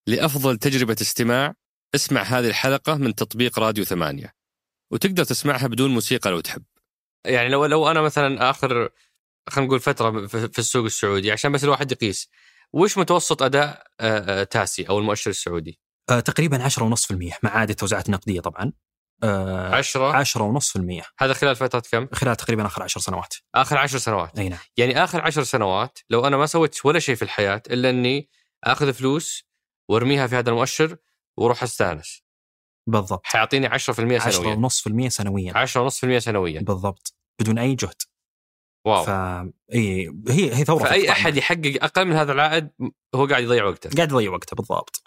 لأفضل تجربة استماع اسمع هذه الحلقة من تطبيق راديو 8، وتقدر تسمعها بدون موسيقى لو تحب. يعني لو أنا مثلا آخر خلينا نقول فترة في السوق السعودي، عشان بس الواحد يقيس وش متوسط أداء تاسي أو المؤشر السعودي. تقريبا 10.5% مع عادة توزيعات النقدية طبعا. 10.5%. هذا خلال فترة كم؟ خلال تقريبا آخر 10 سنوات. آخر 10 سنوات. أي نعم. يعني آخر 10 سنوات لو أنا ما سويت ولا شيء في الحياة إلا أني أخذ فلوس وارميها في هذا المؤشر وروح استانس. بالضبط. حيعطيني 10% سنويا. 10.5% سنويا. 10.5% سنويا. بالضبط. بدون أي جهد. واو. هي ثورة. فأي أحد يحقق أقل من هذا العائد هو قاعد يضيع وقته. بالضبط.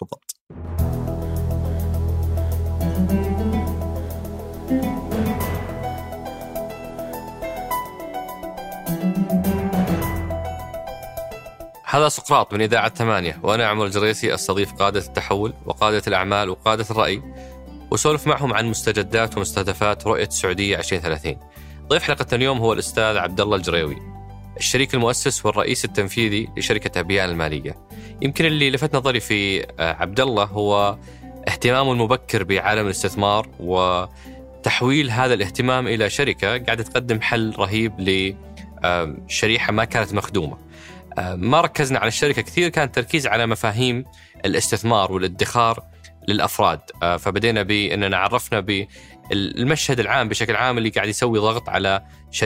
هذا سقراط من إذاعة 8، وأنا عمر الجريسي أستضيف قادة التحول وقادة الأعمال وقادة الرأي، وسولف معهم عن مستجدات ومستهدفات رؤية السعودية 2030. ضيف حلقة اليوم هو الأستاذ عبد الله الجريوي، الشريك المؤسس والرئيس التنفيذي لشركة أبيان المالية. يمكن اللي لفت نظري في عبد الله هو اهتمامه المبكر بعالم الاستثمار، وتحويل هذا الاهتمام إلى شركة قاعدة تقدم حل رهيب لشريحة ما كانت مخدومة. ما ركزنا على الشركة كثير، كان تركيز على مفاهيم الاستثمار والادخار للأفراد. فبدينا بأننا عرفنا بالمشهد العام بشكل عام اللي قاعد يسوي ضغط على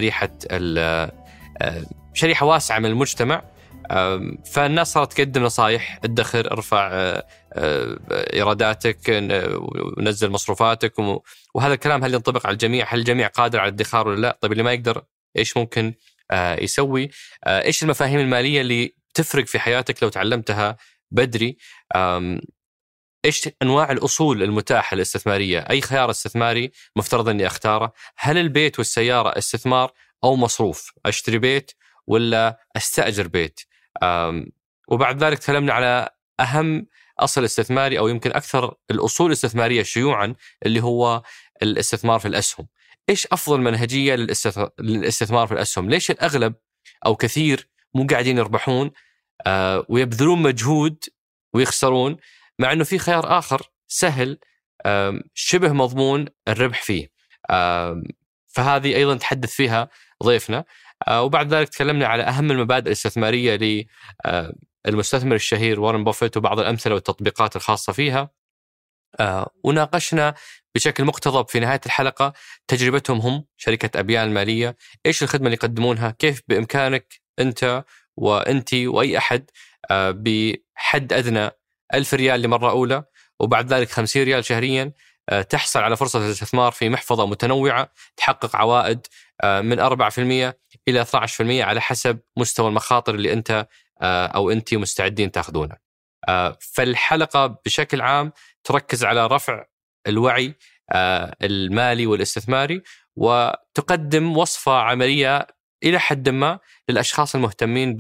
شريحة واسعة من المجتمع. فالناس صارت تقدم نصائح: ادخر، ارفع إيراداتك، ونزل مصروفاتك، وهذا الكلام هل ينطبق على الجميع؟ هل الجميع قادر على الادخار ولا لا؟ طيب اللي ما يقدر إيش ممكن يسوي؟ إيش المفاهيم المالية اللي تفرق في حياتك لو تعلمتها بدري؟ إيش أنواع الأصول المتاحة الاستثمارية؟ أي خيار استثماري مفترض أني أختاره؟ هل البيت والسيارة استثمار أو مصروف؟ أشتري بيت ولا أستأجر بيت؟ وبعد ذلك تكلمنا على أهم أصل استثماري أو يمكن أكثر الأصول الاستثمارية شيوعا، اللي هو الاستثمار في الأسهم. إيش أفضل منهجية للاستثمار في الأسهم؟ ليش الأغلب أو كثير مو قاعدين يربحون ويبذلون مجهود ويخسرون، مع أنه في خيار آخر سهل شبه مضمون الربح فيه؟ فهذه أيضا تحدث فيها ضيفنا. وبعد ذلك تكلمنا على أهم المبادئ الاستثمارية للمستثمر الشهير وارن بوفيت وبعض الأمثلة والتطبيقات الخاصة فيها. وناقشنا بشكل مقتضب في نهاية الحلقة تجربتهم هم شركة أبيان المالية، إيش الخدمة اللي يقدمونها، كيف بإمكانك أنت وأنتي وأي أحد بحد أدنى 1000 ريال لمرة أولى وبعد ذلك 50 ريال شهريا تحصل على فرصة الاستثمار في محفظة متنوعة تحقق عوائد من 4% إلى 12% على حسب مستوى المخاطر اللي أنت أو أنتي مستعدين تأخذونها. فالحلقة بشكل عام تركز على رفع الوعي المالي والاستثماري، وتقدم وصفة عملية إلى حد ما للأشخاص المهتمين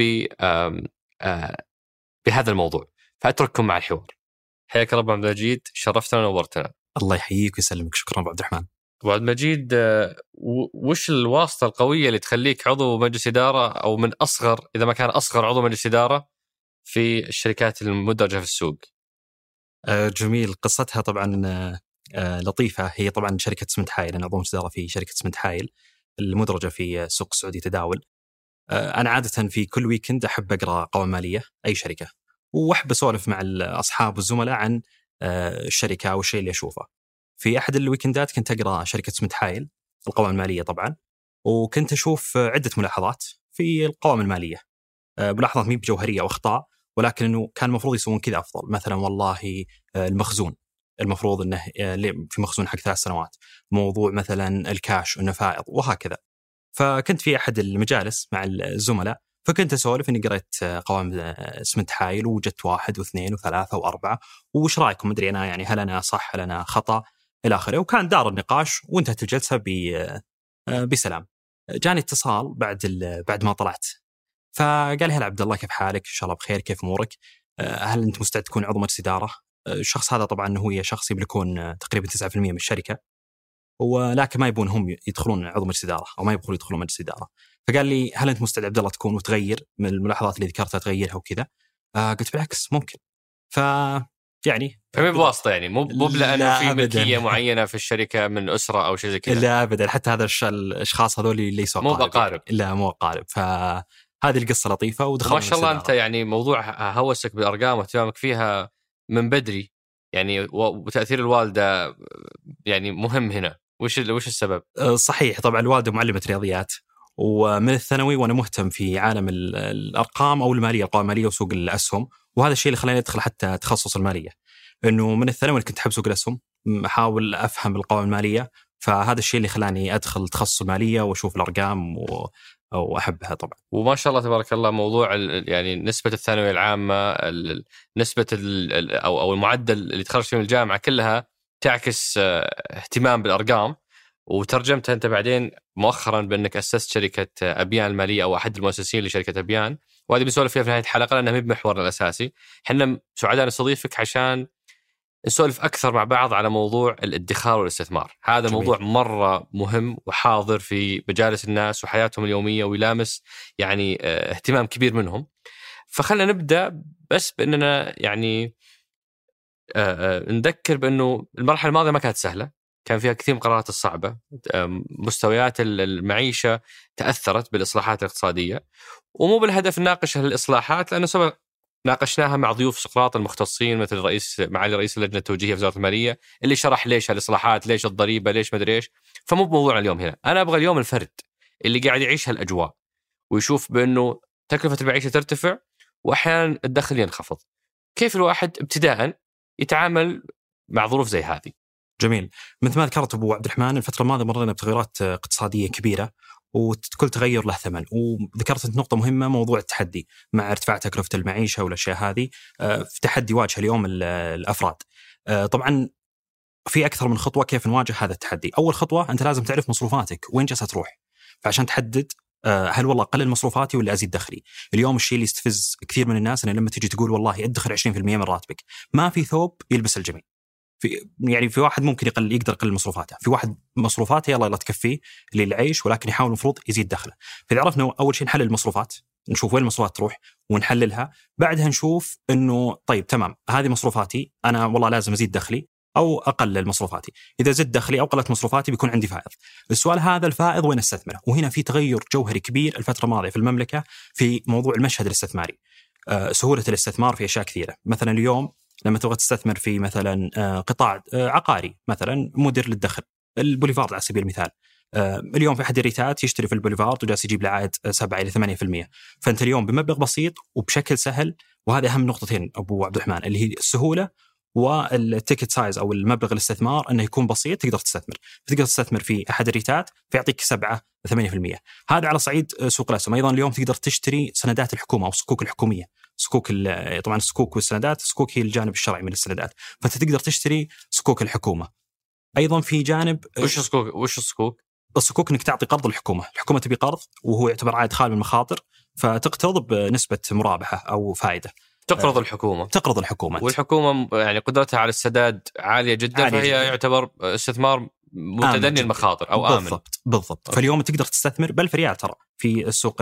بهذا الموضوع. فأترككم مع الحوار. حياك رب عبد المجيد، شرفتنا ونورتنا. الله يحييك ويسلمك. شكرا أبو عبد الرحمن. أبو عبد المجيد، وش الواسطة القوية اللي تخليك عضو مجلس إدارة أو من أصغر، إذا ما كان أصغر عضو مجلس إدارة في الشركات المدرجة في السوق؟ جميل. قصتها طبعا لطيفة. هي طبعا شركة اسمنت حايل، أنا عضو مجلس إدارة في شركة اسمنت حايل المدرجة في السوق السعودي تداول. أنا عادة في كل ويكند أحب أقرأ قوائم مالية أي شركة، وأحب أسولف مع الأصحاب والزملاء عن الشركة والشيء اللي أشوفه. في أحد الويكندات كنت أقرأ شركة اسمنت حايل القوائم المالية طبعا، وكنت أشوف عدة ملاحظات في القوائم المالية، ملاحظات مي بجوهرية وأخطاء، ولكن إنه كان المفروض يسوون كذا أفضل. مثلا والله المخزون المفروض إنه في مخزون حق 3 سنوات، موضوع مثلا الكاش والنفائض وهكذا. فكنت في أحد المجالس مع الزملاء، فكنت أسولف إني قرأت قوائم اسمنت حايل ووجدت 1 و2 و3 و4، وش رأيكم؟ مدري أنا يعني هل أنا صح هل أنا خطأ إلى آخره. وكان دار النقاش وانتهت الجلسة بسلام. جاني اتصال بعد ما طلعت، فقال: هلا عبد الله، كيف حالك؟ إن شاء الله بخير، كيف أمورك؟ هل أنت مستعد تكون عضو مجلس إدارة؟ الشخص هذا طبعا هو شخص يملكون تقريبا 9% من الشركة، ولكن ما يبون هم يدخلون عضو مجلس إدارة أو ما يبغون يدخلون مجلس إدارة. فقال لي: هل أنت مستعد عبد الله تكون وتغير من الملاحظات اللي ذكرتها تغيرها وكذا؟ قلت بالعكس ممكن. يعني فما بواسطه، يعني مو لانه لا في أبداً. ملكيه معينه في الشركه من اسره او شيء زي كذا. لا ابدا، حتى هذا الاشخاص هذول ليسوا مو أقارب بأقارب. يعني. لا مو اقارب. فهذه القصه لطيفه ودخلنا وما شاء الله انت الاستدارة. يعني موضوع هوسك بالارقام واهتمامك فيها من بدري يعني، وتاثير الوالده يعني مهم هنا. وش السبب؟ صحيح، طبعا الوالده معلمه رياضيات، ومن الثانوي وانا مهتم في عالم الارقام او الماليه، القوائم الماليه وسوق الاسهم، وهذا الشيء اللي خلاني ادخل حتى تخصص الماليه. انه من الثانوي كنت احب سوق الاسهم، احاول افهم القوائم الماليه، فهذا الشيء اللي خلاني ادخل تخصص الماليه واشوف الارقام واحبها طبعا. وما شاء الله تبارك الله موضوع يعني نسبه الثانويه العامه، نسبه او المعدل اللي تخرج فيه من الجامعه كلها تعكس اهتمام بالارقام. وترجمتها انت بعدين مؤخرا بانك اسست شركه ابيان الماليه او احد المؤسسين لشركه ابيان، وهذه بنسولف فيها في نهايه الحلقه لانها هي بمحورنا الاساسي. احنا سعداء نستضيفك عشان نسولف اكثر مع بعض على موضوع الادخار والاستثمار. هذا جميل. موضوع مره مهم وحاضر في مجالس الناس وحياتهم اليوميه، ويلامس يعني اهتمام كبير منهم. فخلنا نبدا بس باننا يعني نذكر بانه المرحله الماضيه ما كانت سهله، كان فيها كثير من القرارات الصعبة، مستويات المعيشة تأثرت بالإصلاحات الاقتصادية، ومو بالهدف نناقش هالإصلاحات لأنه سبق ناقشناها مع ضيوف سقراط المختصين مثل معالي رئيس اللجنة التوجيهية في وزارة المالية اللي شرح ليش هالإصلاحات، ليش الضريبة، ليش مدري إيش. فمو بموضوع اليوم هنا. أنا أبغى اليوم الفرد اللي قاعد يعيش هالأجواء ويشوف بأنه تكلفة المعيشة ترتفع وأحيانا الدخل ينخفض، كيف الواحد ابتداء يتعامل مع ظروف زي هذه. جميل. مثل ما ذكرت أبو عبد الرحمن، الفترة الماضية مرينا بتغيرات اقتصادية كبيرة، وكل تغير له ثمن. وذكرت نقطة مهمة، موضوع التحدي مع ارتفاع تكلفة المعيشة والأشياء هذه. في تحدي واجه اليوم الأفراد. طبعا في أكثر من خطوة كيف نواجه هذا التحدي. أول خطوة أنت لازم تعرف مصروفاتك وين جالسة تروح، فعشان تحدد هل والله أقلل مصروفاتي ولا أزيد دخلي. اليوم الشيء اللي يستفز كثير من الناس أن لما تيجي تقول والله أدخر 20% من راتبك، ما في ثوب يلبس الجميع. في واحد ممكن يقدر يقلل مصروفاته، في واحد مصروفاته يلا لا تكفيه للعيش، ولكن يحاول المفروض يزيد دخله. فإذا عرفنا أول شيء نحلل المصروفات، نشوف وين المصروفات تروح ونحللها، بعدها نشوف إنه طيب تمام هذه مصروفاتي، أنا والله لازم أزيد دخلي أو أقلل مصروفاتي. إذا زدت دخلي أو قلت مصروفاتي بيكون عندي فائض. السؤال هذا الفائض وين استثمره؟ وهنا في تغير جوهري كبير الفترة الماضية في المملكة في موضوع المشهد الاستثماري. سهولة الاستثمار في أشياء كثيرة. مثلا اليوم لما تبغى تستثمر في مثلا قطاع عقاري، مثلا مدير للدخل، البوليفارد على سبيل المثال، اليوم في أحد الريتات يشتري في البوليفارد وجالس يجيب له عائد 7 إلى 8%. فأنت اليوم بمبلغ بسيط وبشكل سهل، وهذا أهم نقطتين أبو عبد الرحمن، اللي هي السهولة والتيكت سايز أو المبلغ الاستثمار أنه يكون بسيط تقدر تستثمر. فتقدر تستثمر في أحد الريتات فيعطيك 7-8%. هذا على صعيد سوق الأسهم. أيضا اليوم تقدر تشتري سندات الحكومة أو الصكوك الحكومية. طبعا الصكوك والسندات، الصكوك هي الجانب الشرعي من السندات، فأنت تقدر تشتري صكوك الحكومة. أيضا في جانب وش الصكوك؟ الصكوك انك تعطي قرض الحكومه تبي قرض وهو يعتبر عائد خالي من المخاطر، فتقترض بنسبه مرابحه او فائده. تقرض الحكومه والحكومه يعني قدرتها على السداد عاليه جدا، فهي جداً. يعتبر استثمار متدني المخاطر او امن. بالضبط. فاليوم تقدر تستثمر ب1000 ريال ترى في السوق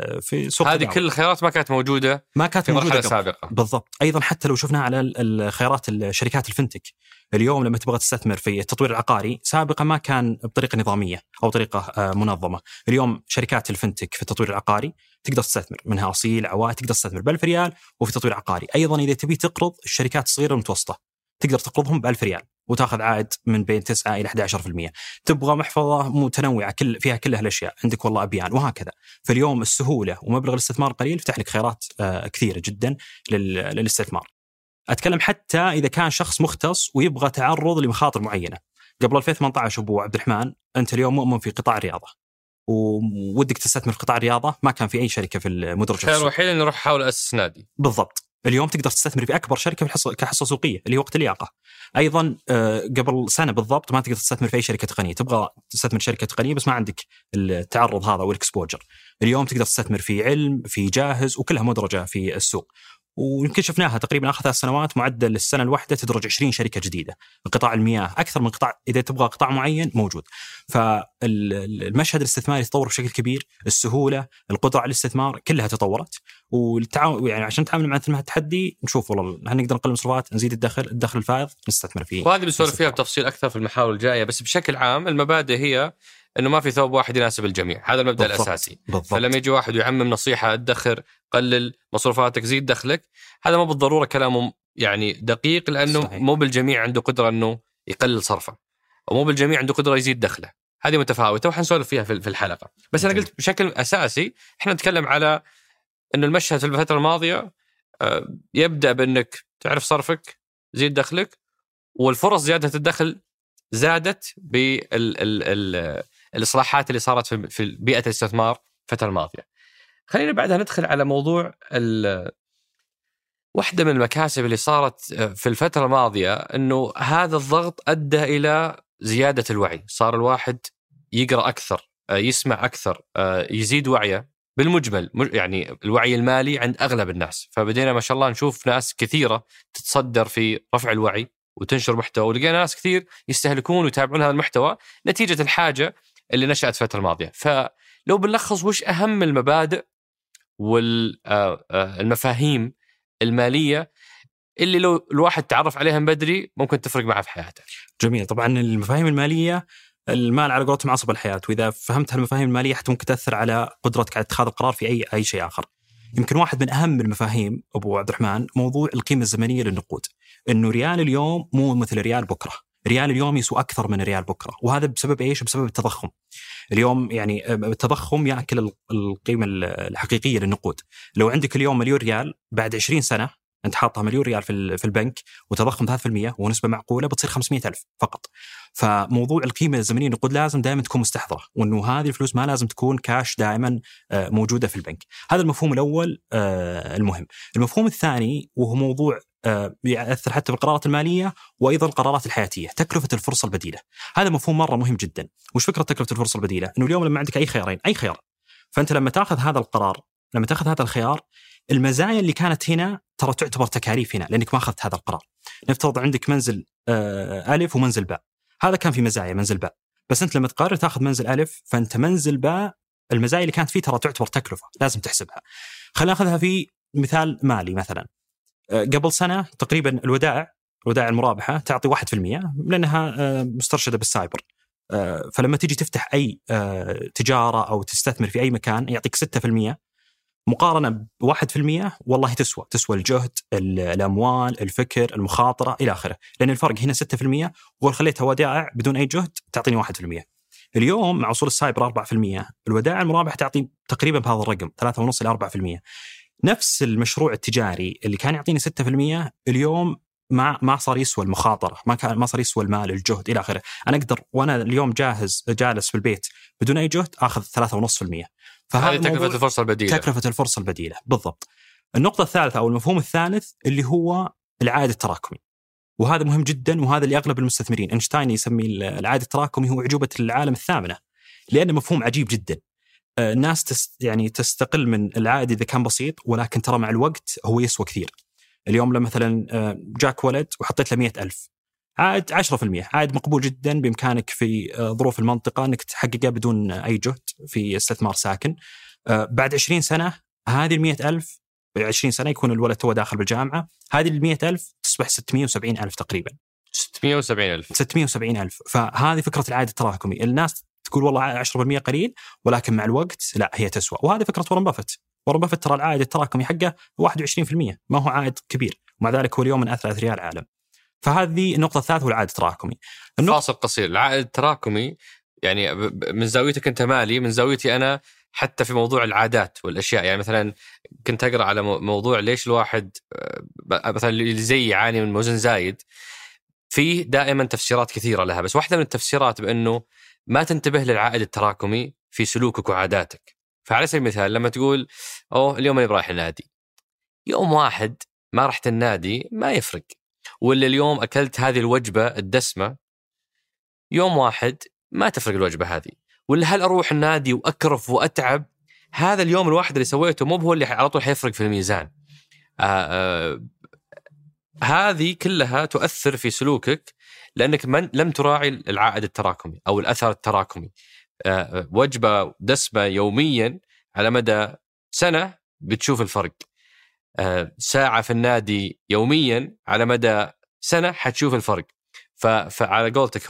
هذه كل الخيارات ما كانت موجوده في مرحله سابقه. بالضبط. ايضا حتى لو شفنا على الخيارات الشركات الفنتك، اليوم لما تبغى تستثمر في التطوير العقاري سابقا ما كان بطريقه نظاميه او طريقه منظمه. اليوم شركات الفنتك في التطوير العقاري تقدر تستثمر منها اصيل عوائد، تقدر تستثمر ب1000 ريال وفي تطوير عقاري. ايضا اذا تبي تقرض الشركات الصغيره المتوسطه تقدر تقرضهم ب1000 ريال وتاخذ عائد من بين 9 إلى 11%. تبغى محفظة متنوعة فيها كل هالأشياء، عندك والله أبيان وهكذا. فاليوم السهولة ومبلغ الاستثمار قليل فتح لك خيارات كثيرة جدا للاستثمار. أتكلم حتى إذا كان شخص مختص ويبغى تعرض لمخاطر معينة. قبل 2018 أبو عبد الرحمن أنت اليوم مؤمن في قطاع الرياضة وودك تستثمر في قطاع الرياضة، ما كان في أي شركة في المدرجة. خير الوحيد إني أروح أحاول أسس نادي. بالضبط. اليوم تقدر تستثمر في أكبر شركة كحصة سوقية اللي هي وقت اللياقة. أيضا قبل سنة بالضبط ما تقدر تستثمر في أي شركة تقنية. تبغى تستثمر شركة تقنية بس ما عندك التعرض هذا والإكسبوجر. اليوم تقدر تستثمر في علم، في جاهز، وكلها مدرجة في السوق. ويمكن شفناها تقريبا آخر 3 سنوات معدل السنة الواحدة تدرج 20 شركة جديدة. قطاع المياه أكثر من قطاع، إذا تبغى قطاع معين موجود. فالمشهد الاستثماري تطور بشكل كبير، السهولة، القدرة على الاستثمار كلها تطورت. يعني عشان نتعامل مع التحدي نشوف والله هل نقدر نقلل المصروفات، نزيد الدخل الفائض، نستثمر فيه. وهذه بنسولف فيها بتفصيل أكثر في المحاور الجاية، بس بشكل عام المبادئ هي إنه ما في ثوب واحد يناسب الجميع، هذا المبدأ الأساسي. فلما يجي واحد ويعمم نصيحة ادخر، قلل مصروفاتك، زيد دخلك، هذا مو بالضرورة كلامه يعني دقيق، لأنه صحيح. مو بالجميع عنده قدرة إنه يقلل صرفه، ومو بالجميع عنده قدرة يزيد دخله. هذه متفاوتة وحنسولف فيها في الحلقة. بس أنا قلت بشكل أساسي إحنا نتكلم على إنه المشهد في الفترة الماضية يبدأ بأنك تعرف صرفك، زيد دخلك، والفرص زيادة الدخل زادت بالإصلاحات اللي صارت في بيئة الاستثمار الفترة الماضية. خلينا بعدها ندخل على موضوع واحدة من المكاسب اللي صارت في الفترة الماضية، أنه هذا الضغط أدى إلى زيادة الوعي. صار الواحد يقرأ أكثر، يسمع أكثر، يزيد وعيه بالمجمل، يعني الوعي المالي عند أغلب الناس. فبدينا ما شاء الله نشوف ناس كثيرة تتصدر في رفع الوعي وتنشر محتوى، ولقينا ناس كثير يستهلكون ويتابعون هذا المحتوى نتيجة الحاجة اللي نشأت فترة الماضية. فلو بنلخص وش أهم المبادئ والمفاهيم المالية اللي لو الواحد تعرف عليها من بدري ممكن تفرق معه في حياته؟ جميل. طبعا المفاهيم المالية، المال على قولتهم عصب الحياة، وإذا فهمت هالمفاهيم المالية حتى ممكن تأثر على قدرتك على اتخاذ القرار في أي شيء آخر. يمكن واحد من أهم المفاهيم أبو عبد الرحمن موضوع القيمة الزمنية للنقود، إنه ريال اليوم مو مثل ريال بكرة، ريال اليوم يسوى أكثر من ريال بكرة. وهذا بسبب إيش؟ بسبب التضخم. اليوم يعني التضخم يأكل القيمة الحقيقية للنقود. لو عندك اليوم مليون ريال، بعد 20 سنة أنت حاطها مليون ريال في البنك وتضخم 3% ونسبة معقولة، بتصير 500,000 فقط. فموضوع القيمة الزمنية للنقود لازم دائما تكون مستحضرة، وأنه هذه الفلوس ما لازم تكون كاش دائما موجودة في البنك. هذا المفهوم الأول المهم. المفهوم الثاني وهو موضوع يأثر حتى بالقرارات المالية وأيضا القرارات الحياتية، تكلفة الفرصة البديلة. هذا مفهوم مرة مهم جدا. وش فكرة تكلفة الفرصة البديلة؟ أنه اليوم لما عندك أي خيار، فأنت لما تأخذ هذا القرار، لما تأخذ هذا الخيار، المزايا اللي كانت هنا ترى تعتبر تكاليف هنا لأنك ما أخذت هذا القرار. نفترض عندك منزل ألف ومنزل باء، هذا كان في مزايا منزل باء، بس أنت لما تقرر تأخذ منزل ألف، فأنت منزل باء المزايا اللي كانت فيه ترى تعتبر تكلفة لازم تحسبها. خلينا نأخذها في مثال مالي. مثلا قبل سنة تقريبا الودائع المرابحة تعطي 1% لأنها مسترشدة بالسايبر. فلما تيجي تفتح أي تجارة أو تستثمر في أي مكان يعطيك 6%، مقارنة ب1% والله تسوى الجهد، الأموال، الفكر، المخاطرة إلى آخره. لأن الفرق هنا 6%، وخليتها ودائع بدون أي جهد تعطيني 1%. اليوم مع وصول السايبر 4%، الودائع المرابحة تعطي تقريبا بهذا الرقم 3.5 إلى 4%. نفس المشروع التجاري اللي كان يعطيني 6% اليوم ما صار يسوى المخاطرة، ما صار يسوى المال، الجهد إلى آخره. أنا أقدر وأنا اليوم جالس في البيت بدون أي جهد أخذ 3.5%. فهذه تكلفة الفرصة البديلة بالضبط. النقطة الثالثة أو المفهوم الثالث اللي هو العائد التراكمي، وهذا مهم جدا، وهذا اللي أغلب المستثمرين، أينشتاين يسمي العائد التراكمي هو أعجوبة العالم الثامنة، لأنه مفهوم عجيب جدا. الناس تستقل من العائد إذا كان بسيط، ولكن ترى مع الوقت هو يسوى كثير. اليوم لما مثلا جاك ولد وحطيت له 100,000، عائد 10%، عائد مقبول جدا، بإمكانك في ظروف المنطقة أنك تحققه بدون أي جهد في استثمار ساكن. بعد 20 سنة هذه 100,000، 20 سنة يكون الولد هو داخل بالجامعة، هذه 100,000 تصبح 670,000 تقريبا. 670,000. فهذه فكرة العائد التراكمي. الناس تقول والله 10% قليل، ولكن مع الوقت لا، هي تسوى. وهذه فكرة وارن بافت ترى العائد التراكمي حقه 21%، ما هو عائد كبير، ومع ذلك هو اليوم من أثرى أثرياء العالم. فهذه النقطة الثالثة هو العائد التراكمي. فاصل قصير. العائد التراكمي يعني من زاويتك أنت مالي، من زاويتي أنا حتى في موضوع العادات والأشياء. يعني مثلا كنت أقرأ على موضوع ليش الواحد مثلا اللي زي يعاني من وزن زايد، فيه دائما تفسيرات كثيرة لها، بس واحدة من التفسيرات بأنه ما تنتبه للعائد التراكمي في سلوكك وعاداتك. فعلى سبيل المثال لما تقول اليوم أنا رايح النادي، يوم واحد ما رحت النادي ما يفرق، ولا اليوم أكلت هذه الوجبة الدسمة، يوم واحد ما تفرق الوجبة هذه، ولا هل أروح النادي وأكرف وأتعب، هذا اليوم الواحد اللي سويته مو هو اللي على طول حيفرق في الميزان. هذه كلها تؤثر في سلوكك لأنك لم تراعي العائد التراكمي أو الأثر التراكمي. وجبة دسمة يوميا على مدى سنة بتشوف الفرق، ساعة في النادي يوميا على مدى سنة حتشوف الفرق. فعلى قولتك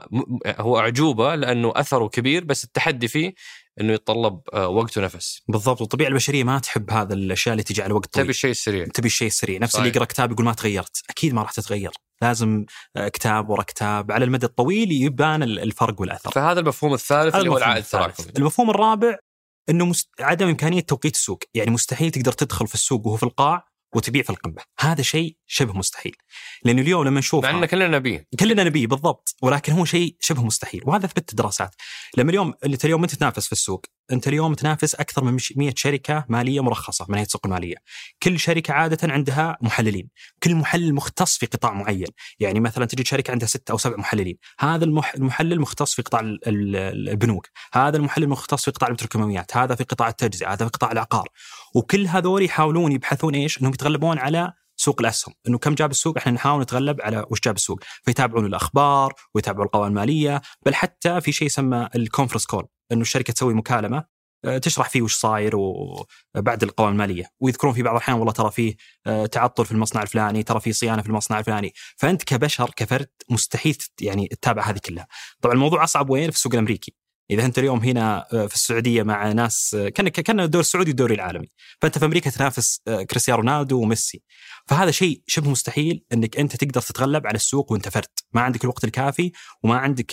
هو أعجوبة لأنه أثره كبير، بس التحدي فيه أنه يتطلب وقت ونفس. بالضبط. والطبيعة البشرية ما تحب هذا الأشياء اللي تجي على وقت طويل. تبي الشيء السريع. نفس اللي يقرأ كتاب يقول ما تغيرت، أكيد ما راح تتغير. لازم كتاب ورا كتاب على المدى الطويل يبان الفرق والأثر. فهذا المفهوم الثالث اللي هو العائد التراكمي. المفهوم الرابع أنه عدم إمكانية توقيت السوق. يعني مستحيل تقدر تدخل في السوق وهو في القاع وتبيع في القمة. هذا شيء شبه مستحيل، لأنه اليوم لما نشوف مع أن كلنا نبيه بالضبط، ولكن هو شيء شبه مستحيل. وهذا ثبت الدراسات. لما اليوم أنت تنافس في السوق، أنت اليوم تنافس أكثر من 100 شركة مالية مرخصة من هيئة السوق المالية. كل شركة عادة عندها محللين، كل محلل مختص في قطاع معين. يعني مثلا تجد شركة عندها 6 أو 7 محللين، هذا المحلل مختص في قطاع البنوك، هذا المحلل مختص في قطاع البتروكيماويات، هذا في قطاع التجزئة، هذا في قطاع العقار. وكل هذول يحاولون يبحثون إيش؟ أنهم يتغلبون على سوق الأسهم، إنه كم جاب السوق، إحنا نحاول نتغلب على وش جاب السوق. فيتابعون الأخبار ويتابعون القوائم المالية، بل حتى في شيء يسمى الكونفرنس كول، إنه الشركة تسوي مكالمة تشرح فيه وش صاير وبعد القوائم المالية، ويذكرون في بعض الأحيان والله ترى فيه تعطل في المصنع الفلاني، ترى فيه صيانة في المصنع الفلاني. فأنت كبشر كفرد مستحيل يعني تتابع هذه كلها. طبعا الموضوع أصعب وين؟ في السوق الأمريكي. إذا أنت اليوم هنا في السعودية مع ناس كان الدوري السعودي والدوري العالمي، فأنت في أمريكا تنافس كريستيانو رونالدو وميسي. فهذا شيء شبه مستحيل أنك أنت تقدر تتغلب على السوق وأنت فرد، ما عندك الوقت الكافي وما عندك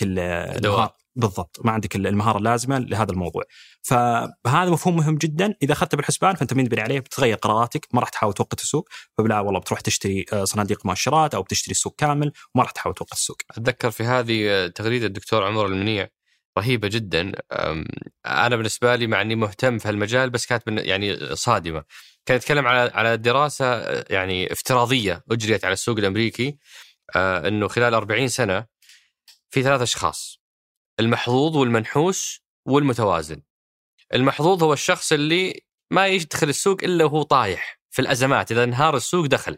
بالضبط، ما عندك المهارة اللازمة لهذا الموضوع. فهذا مفهوم مهم جدا. إذا أخذته بالحسبان فأنت من عليه بتغير قراراتك، ما راح تحاول توقت السوق، فبلا والله بتروح تشتري صناديق مؤشرات أو بتشتري السوق كامل وما راح تحاول توقت السوق. أتذكر في هذه تغريدة الدكتور عمر المنيع رهيبة جدا. أنا بالنسبة لي مع أني مهتم في هالمجال، بس كانت يعني صادمة. كان يتكلم على دراسة يعني افتراضية أجريت على السوق الأمريكي، أنه خلال 40 سنة في 3 أشخاص: المحظوظ والمنحوس والمتوازن. المحظوظ هو الشخص اللي ما يدخل السوق إلا وهو طايح في الأزمات، إذا انهار السوق دخل.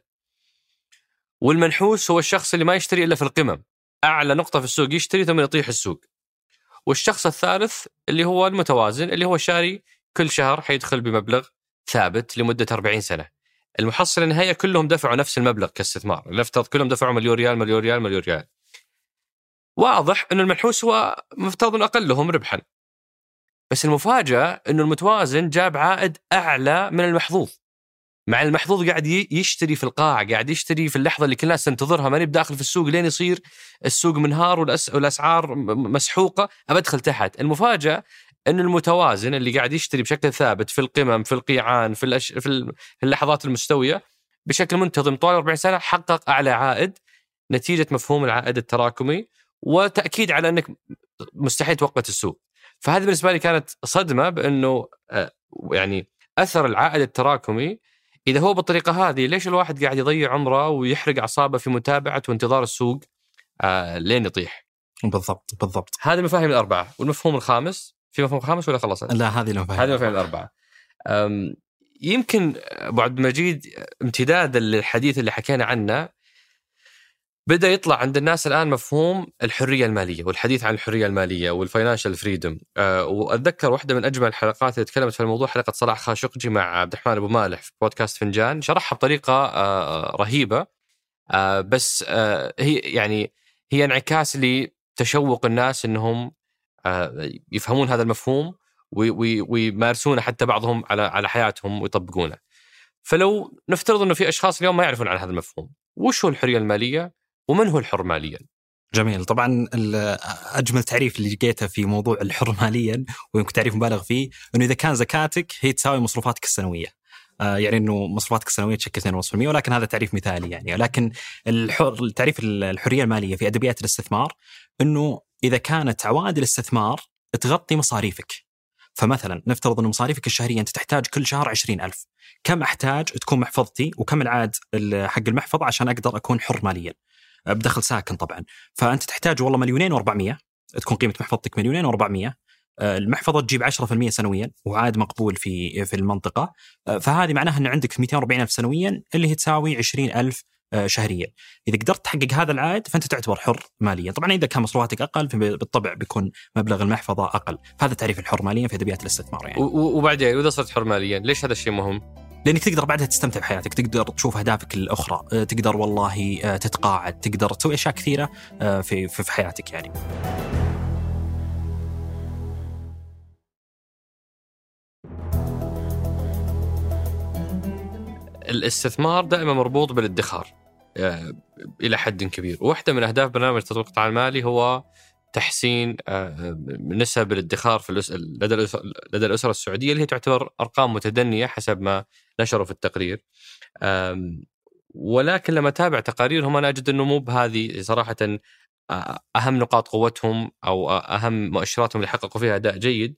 والمنحوس هو الشخص اللي ما يشتري إلا في القمم، أعلى نقطة في السوق يشتري ثم يطيح السوق. والشخص الثالث اللي هو المتوازن، اللي هو شاري كل شهر حيدخل بمبلغ ثابت لمدة 40 سنة. المحصل النهائي كلهم دفعوا نفس المبلغ كاستثمار، نفترض كلهم دفعوا مليون ريال. واضح أن المنحوس هو مفترض أقلهم ربحا، بس المفاجأة أنه المتوازن جاب عائد أعلى من المحظوظ. مع المحظوظ قاعد يشتري في القاع، قاعد يشتري في اللحظة اللي كل الناس تنتظرها، ماني بداخل في السوق لين يصير السوق منهار والأسعار مسحوقة أبدخل تحت. المفاجأة أن المتوازن اللي قاعد يشتري بشكل ثابت في القمم، في القيعان، في اللحظات المستوية بشكل منتظم طوال 40 سنة، حقق أعلى عائد نتيجة مفهوم العائد التراكمي، وتأكيد على أنك مستحيل توقت السوق. فهذه بالنسبة لي كانت صدمة، بأنه يعني أثر العائد التراكمي إذا هو بالطريقة هذه، ليش الواحد قاعد يضيع عمره ويحرق أعصابه في متابعة وانتظار السوق لين يطيح؟ بالضبط. هذه المفاهيم الأربعة. والمفهوم الخامس، في مفهوم خامس ولا خلصت؟ لا، هذه المفاهيم الأربعة. يمكن أبو عبد المجيد امتدادا للحديث اللي حكينا عنه، بدأ يطلع عند الناس الآن مفهوم الحرية المالية والحديث عن الحرية المالية والفاينانشال فريدم. وأتذكر واحدة من أجمل الحلقات اللي تكلمت في الموضوع حلقة صلاح خاشقجي مع عبد الرحمن أبو مالح في بودكاست فنجان، شرحها بطريقة رهيبة. بس هي انعكاس لتشوق الناس أنهم يفهمون هذا المفهوم ويمارسونه حتى بعضهم على حياتهم ويطبقونه. فلو نفترض أنه في أشخاص اليوم ما يعرفون عن هذا المفهوم، وش هو الحرية المالية ومن هو الحر ماليا؟ جميل. طبعا أجمل تعريف اللي لقيته في موضوع الحر ماليا، ويمكن تعريف مبالغ فيه، أنه إذا كان زكاتك هي تساوي مصروفاتك السنوية، يعني أنه مصروفاتك السنوية تشكل 2.5%، ولكن هذا تعريف مثالي يعني. ولكن تعريف الحرية المالية في أدبيات الاستثمار أنه إذا كانت عوائد الاستثمار تغطي مصاريفك. فمثلا نفترض أن مصاريفك الشهرية أنت تحتاج كل شهر 20,000، كم أحتاج تكون محفظتي وكم العائد حق المحفظة عشان أقدر أكون حر ماليا بدخل ساكن طبعا؟ فأنت تحتاج والله 2,400,000 تكون قيمة محفظتك 2,400,000. المحفظة تجيب 10% سنويا وعاد مقبول في المنطقة. فهذه معناها أن عندك 240,000 سنويا اللي هي تساوي 20,000 شهريا. إذا قدرت تحقق هذا العائد فأنت تعتبر حر ماليا. طبعا إذا كان مصروفاتك أقل بالطبع بيكون مبلغ المحفظة أقل. فهذا تعريف الحر ماليا في أدبيات الاستثمار يعني. وبعدين إذا صرت حر ماليا ليش هذا الشيء مهم؟ لأنك تقدر بعدها تستمتع بحياتك، تقدر تشوف أهدافك الأخرى، تقدر والله تتقاعد، تقدر تسوي أشياء كثيرة في حياتك يعني. الاستثمار دائما مربوط بالادخار إلى حد كبير، واحدة من أهداف برنامج تطوير القطاع المالي هو تحسين نسب الادخار في لدى الأسرة السعودية اللي هي تعتبر أرقام متدنية حسب ما نشروا في التقرير. ولكن لما تابع تقاريرهم أنا أجد أنه مو بهذه صراحة أهم نقاط قوتهم أو أهم مؤشراتهم اللي حققوا فيها أداء جيد.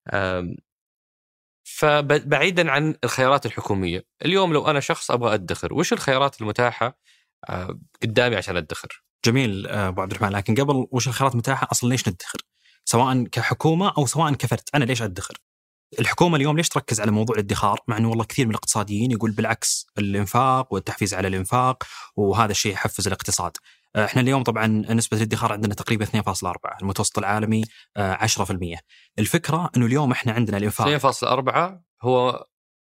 فبعيدا عن الخيارات الحكومية، اليوم لو أنا شخص أبغى أدخر، وش الخيارات المتاحة قدامي عشان أدخر؟ جميل أبو عبد الرحمن، لكن قبل وش الخيارات المتاحة أصلا ليش ندخر؟ سواء كحكومة أو سواء كفرد، أنا ليش أدخر؟ الحكومة اليوم ليش تركز على موضوع الادخار؟ مع أنه والله كثير من الاقتصاديين يقول بالعكس، الإنفاق والتحفيز على الإنفاق وهذا الشيء يحفز الاقتصاد. احنا اليوم طبعا نسبة الادخار عندنا تقريبا 2.4، المتوسط العالمي 10%. الفكرة أنه اليوم احنا عندنا الإنفاق 2.4 هو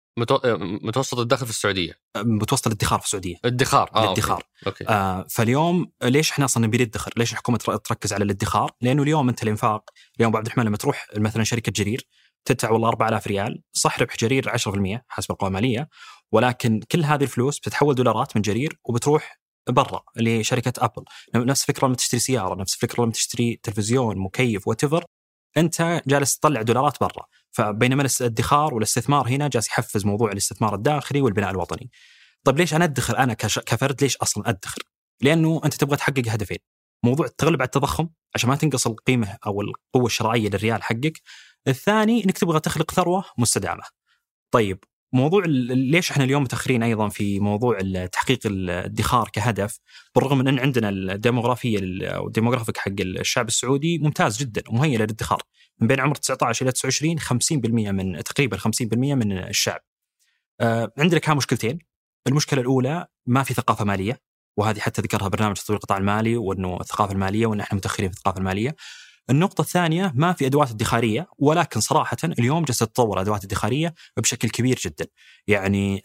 متوسط الدخل في السعودية، متوسط الادخار في السعودية، الادخار. أوكي. فاليوم ليش احنا اصلا نبي ندخر؟ ليش الحكومة تركز على الادخار؟ لأنه اليوم انت الإنفاق، اليوم أبو عبد الرحمن لما تروح مثلا شركة جرير تدفع والله 4,000 ريال، صح ربح جرير 10% حسب القوائم المالية، ولكن كل هذه الفلوس بتتحول دولارات من جرير وبتروح برا لشركة أبل. نفس فكرة لما تشتري سيارة، نفس فكرة لما تشتري تلفزيون، مكيف، واتيفر، أنت جالس تطلع دولارات برا. فبينما الادخار والاستثمار هنا جالس يحفز موضوع الاستثمار الداخلي والبناء الوطني. طيب ليش أنا أدخر؟ أنا كفرد ليش أصلا أدخر؟ لأنه أنت تبغى تحقق هدفين: موضوع التغلب على التضخم عشان ما تنقص القيمة أو القوة الشرائية للريال حقك، الثاني إنك تبغى تخلق ثروة مستدامة. طيب موضوع ليش احنا اليوم متأخرين أيضا في موضوع تحقيق الادخار كهدف، بالرغم من أن عندنا الديموغرافية أو الديموغرافيك حق الشعب السعودي ممتاز جدا ومهيئ للادخار، من بين عمر 19 إلى 29 50% من تقريبا 50% من الشعب. عندنا كان مشكلتين. المشكلة الأولى ما في ثقافة مالية، وهذه حتى ذكرها برنامج تطوير القطاع المالي، وأنه الثقافة المالية وأن احنا متأخرين في الثقافة المالية. النقطة الثانية ما في أدوات ادخارية، ولكن صراحة اليوم جالسة تتطور أدوات ادخارية بشكل كبير جدا. يعني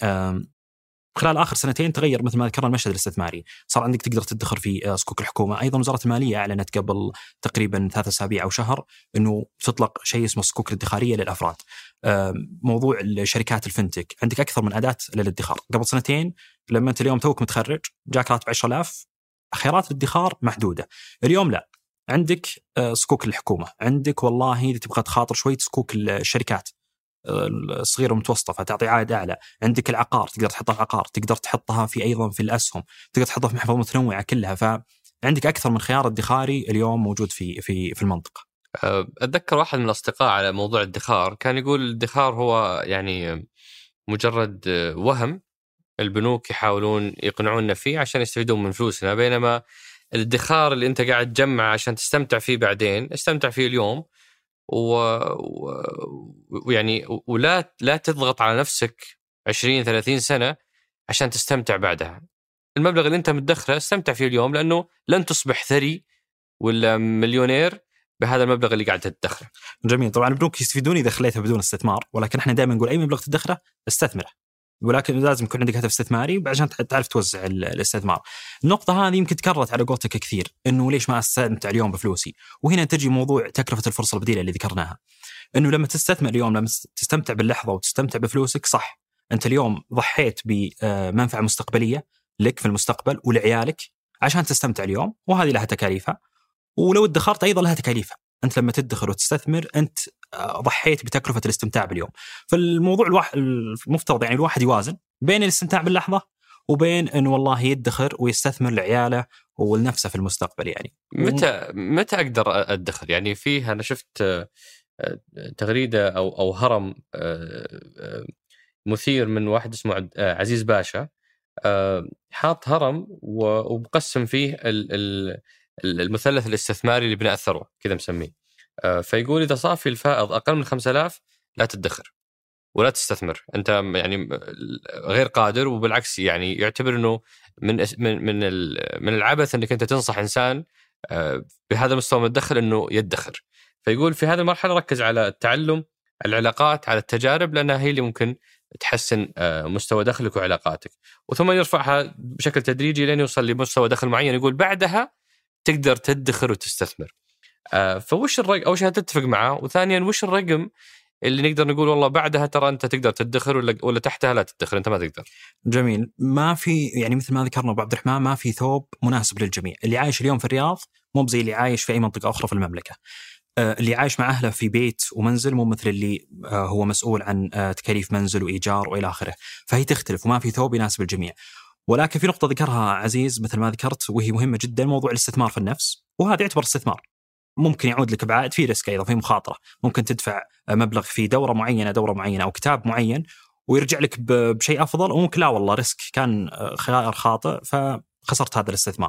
خلال آخر سنتين تغير مثل ما ذكرنا المشهد الاستثماري، صار عندك تقدر تدخر في صكوك الحكومة. أيضا وزارة المالية أعلنت قبل تقريبا 3 أسابيع أو شهر أنه تطلق شيء اسمه الصكوك الادخارية للأفراد. موضوع الشركات الفنتك، عندك أكثر من أداة للادخار. قبل سنتين لما أنت اليوم توك متخرج جاك راتب 10,000، خيارات الادخار محدودة. اليوم لا، عندك صكوك الحكومة، عندك والله إذا تبغى تخاطر شوي صكوك الشركات الصغيرة والمتوسطة فتعطي عائد أعلى، عندك العقار تقدر تحطها في عقار، تقدر تحطها في أيضا في الأسهم، تقدر تحطها في محفظة متنوعة كلها. فعندك أكثر من خيار ادخاري اليوم موجود في المنطقة. أتذكر واحد من الأصدقاء على موضوع الادخار كان يقول الادخار هو يعني مجرد وهم البنوك يحاولون يقنعوننا فيه عشان يستفيدون من فلوسنا، بينما الادخار اللي أنت قاعد تجمع عشان تستمتع فيه بعدين، استمتع فيه اليوم ويعني ولا تضغط على نفسك 20-30 سنة عشان تستمتع بعدها. المبلغ اللي أنت متدخره استمتع فيه اليوم، لأنه لن تصبح ثري ولا مليونير بهذا المبلغ اللي قاعد تدخره. جميل. طبعا البنوك يستفيدون إذا خليتها بدون استثمار، ولكن احنا دائما نقول أي مبلغ تدخره استثمره، ولكن لازم يكون عندك هدف استثماري عشان تعرف توزع الاستثمار. النقطة هذه يمكن تكررت على قولتك كثير، إنه ليش ما أستمتع اليوم بفلوسي. وهنا تجي موضوع تكلفة الفرصة البديلة اللي ذكرناها، إنه لما تستثمر اليوم، لما تستمتع باللحظة وتستمتع بفلوسك، صح أنت اليوم ضحيت بمنفعة مستقبلية لك في المستقبل ولعيالك عشان تستمتع اليوم، وهذه لها تكاليفها، ولو ادخرت أيضا لها تكاليفها. أنت لما تدخر وتستثمر أنت ضحيت بتكلفة الاستمتاع باليوم. فالموضوع المفترض يعني الواحد يوازن بين الاستمتاع باللحظة وبين أنه والله يدخر ويستثمر لعياله ولنفسه في المستقبل. يعني متى أقدر أدخر؟ يعني فيها أنا شفت تغريدة أو هرم مثير من واحد اسمه عزيز باشا، حاط هرم ومقسم فيه المثلث الاستثماري لبناء الثروة كذا مسميه. فيقول إذا صافي الفائض أقل من 5000 لا تدخر ولا تستثمر، أنت يعني غير قادر، وبالعكس يعني يعتبر أنه من العبث أنك أنت تنصح إنسان بهذا المستوى من الدخل أنه يدخر. فيقول في هذه المرحلة ركز على التعلم، العلاقات، على التجارب، لأنها هي اللي ممكن تحسن مستوى دخلك وعلاقاتك، وثم يرفعها بشكل تدريجي لين يوصل لمستوى دخل معين. يقول بعدها تقدر تدخر وتستثمر. فوش الرقم أول شيء تتفق معه، وثانيا وش الرقم اللي نقدر نقول والله بعدها ترى أنت تقدر تدخر ولا تحتها لا تدخر، أنت ما تقدر. جميل. ما في يعني مثل ما ذكرنا أبو عبد الرحمن ما في ثوب مناسب للجميع. اللي عايش اليوم في الرياض مو زي اللي عايش في أي منطقة أخرى في المملكة. اللي عايش مع أهله في بيت ومنزل مو مثل اللي هو مسؤول عن تكاليف منزل وإيجار وإلى آخره. فهي تختلف وما في ثوب يناسب الجميع. ولكن في نقطة ذكرها عزيز مثل ما ذكرت وهي مهمة جدا، موضوع الاستثمار في النفس، وهذا يعتبر استثمار ممكن يعود لك بعائد، في ريسك أيضا، في مخاطرة. ممكن تدفع مبلغ في دورة معينة أو كتاب معين ويرجع لك بشيء أفضل، وممكن لا والله ريسك كان خيار خاطئ فخسرت هذا الاستثمار.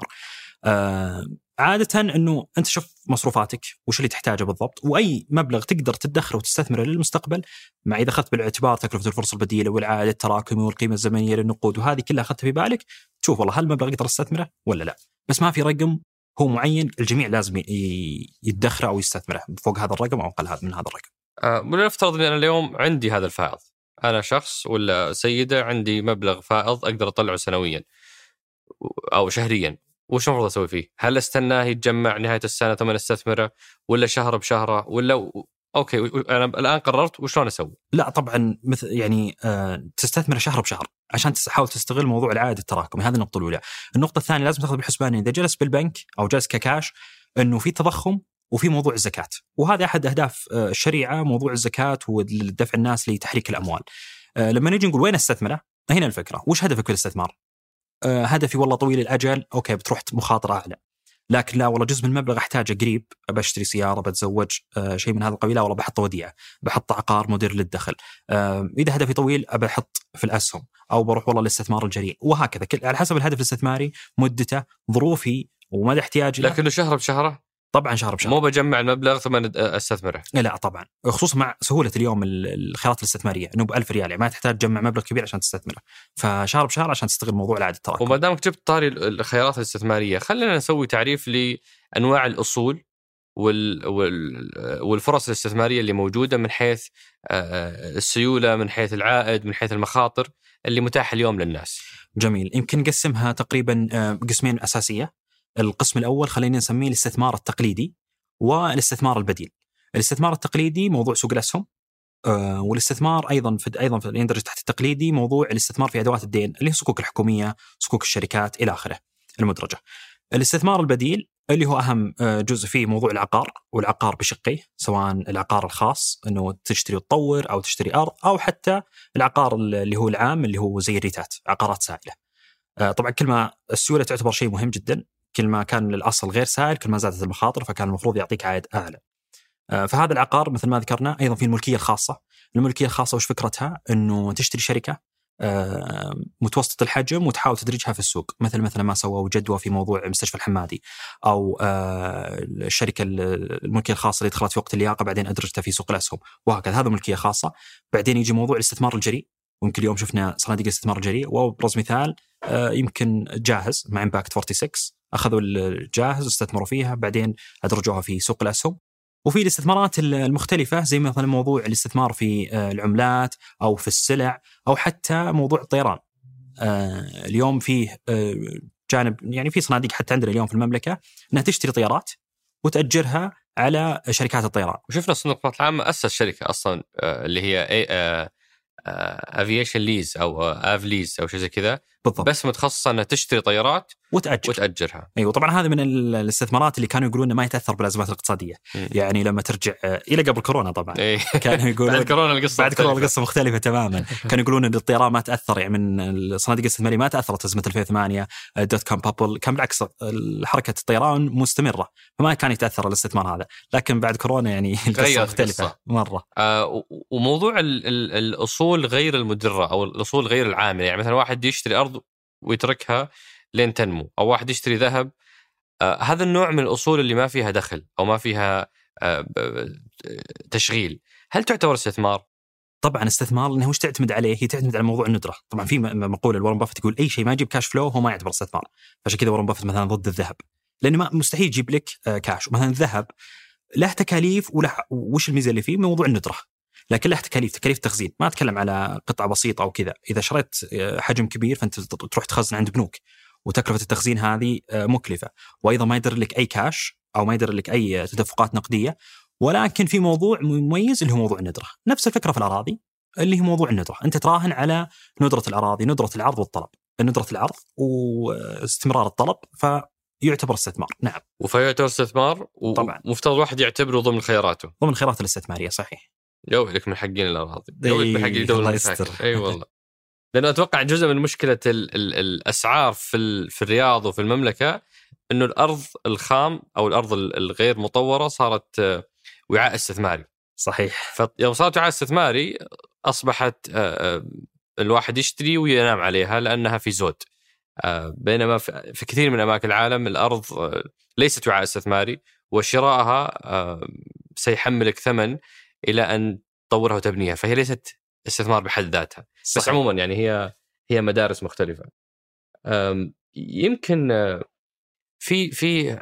عادة أنه أنت شوف مصروفاتك وش اللي تحتاجه بالضبط، وأي مبلغ تقدر تدخره وتستثمره للمستقبل، مع إذا أخذت بالاعتبار تكلفة الفرصة البديلة والعائد التراكمي والقيمة الزمنية للنقود، وهذه كلها أخذتها في بالك، تشوف والله هل المبلغ يقدر استثمره ولا لا. بس ما في رقم هو معين الجميع لازم يدخره أو يستثمره فوق هذا الرقم أو أقل من هذا الرقم. ولنفترض أن أنا اليوم عندي هذا الفائض، أنا شخص ولا سيدة عندي مبلغ فائض أقدر أطلعه سنويا أو شهريا، وش المفروض أسوي فيه؟ هل استناه يتجمع نهاية السنة ثم استثمره، ولا شهر بشهره، ولا أوكي أنا الآن قررت وشلون أسوي؟ لا طبعا مثل يعني تستثمر شهر بشهر عشان تحاول تستغل موضوع العائد التراكمي. هذه النقطة الأولى. النقطة الثانية لازم تاخذ بالحسبان إذا جلس بالبنك أو جلس ككاش إنه في تضخم وفي موضوع الزكاة، وهذا أحد أهداف الشريعة، موضوع الزكاة ودفع الناس لتحريك الأموال. لما نيجي نقول وين استثمره، هنا الفكرة وش هدفك في الاستثمار؟ هدفي والله طويل الأجل، أوكي بتروح مخاطرة أعلى. لكن لا والله جزء من المبلغ أحتاجه قريب، بشتري سيارة، بتزوج، شيء من هذا القبيل، والله بحط وديعة، بحط عقار مدير للدخل. إذا هدفي طويل أبحط في الأسهم أو بروح والله الاستثمار الجريء، وهكذا على حسب الهدف الاستثماري، مدته، ظروفي ومدى احتياجي. لكنه شهر بشهره طبعا شهر بشهر، مو بجمع المبلغ ثم استثمره. لا طبعا، خصوصا مع سهولة اليوم الخيارات الاستثمارية انه ب1000 ريال يعني ما تحتاج تجمع مبلغ كبير عشان تستثمره، فشهر بشهر عشان تستغل موضوع العائد التراكمي. وما دامك جبت طاري الخيارات الاستثمارية، خلينا نسوي تعريف لأنواع الأصول والفرص الاستثمارية اللي موجودة من حيث السيولة، من حيث العائد، من حيث المخاطر اللي متاحة اليوم للناس. جميل. يمكن نقسمها تقريبا قسمين أساسية. القسم الأول خلينا نسميه الاستثمار التقليدي والاستثمار البديل. الاستثمار التقليدي موضوع سوق الأسهم، والاستثمار أيضا يندرج تحت التقليدي موضوع الاستثمار في أدوات الدين اللي هي صكوك الحكومية، صكوك الشركات إلى آخره المدرجة. الاستثمار البديل اللي هو أهم جزء فيه موضوع العقار، والعقار بشقيه، سواء العقار الخاص أنه تشتري وتطور أو تشتري أرض، أو حتى العقار اللي هو العام اللي هو زي الريتات، عقارات سائلة. طبعا كل ما السيولة تعتبر شيء مهم جدا، كل ما كان الأصل غير سائل كل ما زادت المخاطر، فكان المفروض يعطيك عائد أعلى. فهذا العقار مثل ما ذكرنا أيضا في الملكية الخاصة. الملكية الخاصة وش فكرتها؟ أنه تشتري شركة متوسطة الحجم وتحاول تدرجها في السوق، مثل ما سووا جدوى في موضوع مستشفى الحمادي، أو الشركة الملكية الخاصة اللي دخلت في وقت اللياقة بعدين أدرجتها في سوق الأسهم، وهكذا. هذا ملكية خاصة. بعدين يجي موضوع الاستثمار الجريء، ويمكن اليوم شفنا صناديق الاستثمار الجريء، وابرز مثال يمكن جاهز مع امباكت 46، أخذوا الجاهز واستثمروا فيها بعدين أدرجوها في سوق الأسهم. وفي الاستثمارات المختلفة زي مثلا موضوع الاستثمار في العملات أو في السلع أو حتى موضوع الطيران. اليوم فيه جانب يعني في صناديق حتى عندنا اليوم في المملكة أنها تشتري طيارات وتأجرها على شركات الطيران. وشفنا صندوق النقد العام أسس شركة أصلا اللي هي افيشن ليز او اف ليز او شيء زي كذا، بس متخصصه انها تشتري طيارات وتأجرها. ايوه طبعا هذا من الاستثمارات اللي كانوا يقولون ما يتاثر بالازمات الاقتصاديه. يعني لما ترجع الى قبل كورونا طبعا كانوا يقولون بعد كورونا القصه مختلفه تماما. كانوا يقولون ان الطيران ما تاثر، يعني من الصناديق الاستثماريه ما تاثرت ازمه 2008 دوت كوم بابل، كان بالعكس حركه الطيران مستمره فما كان يتاثر الاستثمار هذا. لكن بعد كورونا يعني القصه مختلفه مره. وموضوع الاصول غير المدرة أو الأصول غير العاملة، يعني مثلا واحد يشتري أرض ويتركها لين تنمو، أو واحد يشتري ذهب. هذا النوع من الأصول اللي ما فيها دخل أو ما فيها تشغيل، هل تعتبر استثمار؟ طبعا استثمار، لانه وش تعتمد عليه؟ هي تعتمد على موضوع الندره. طبعا في مقوله وارن بافيت يقول اي شيء ما يجيب كاش فلو هو ما يعتبر استثمار. فعشان كذا وارن بافيت مثلا ضد الذهب، لانه ما مستحيل يجيب لك كاش. مثلا الذهب له تكاليف وله وش الميزه اللي فيه؟ موضوع الندره. لكن له تكاليف تخزين. ما اتكلم على قطعه بسيطه او كذا. اذا شريت حجم كبير فانت تروح تخزن عند بنوك، وتكلفه التخزين هذه مكلفه، وايضا ما يدر لك اي كاش او ما يدر لك اي تدفقات نقديه. ولكن في موضوع مميز اللي هو موضوع الندره. نفس الفكره في الاراضي اللي هي موضوع الندره. انت تراهن على ندره الاراضي، ندره العرض والطلب، ندره العرض واستمرار الطلب، فيعتبر استثمار. نعم، وفيعتبر استثمار، طبعا ومفترض واحد يعتبره ضمن خياراته، ضمن الخيارات الاستثماريه. صحيح. يوهلك من حقين الاراضي، يوهلك من حقين دولة المساكن. اي والله. لانه اتوقع جزء من مشكله الاسعار في الرياض وفي المملكه انه الارض الخام او الارض الغير مطوره صارت وعاء استثماري. صحيح. فيوم صارت وعاء استثماري اصبحت الواحد يشتري وينام عليها لانها في زود. بينما في كثير من اماكن العالم الارض ليست وعاء استثماري، وشرائها سيحملك ثمن الى ان تطورها وتبنيها، فهي ليست استثمار بحد ذاتها. صحيح. بس عموما يعني هي مدارس مختلفه. يمكن في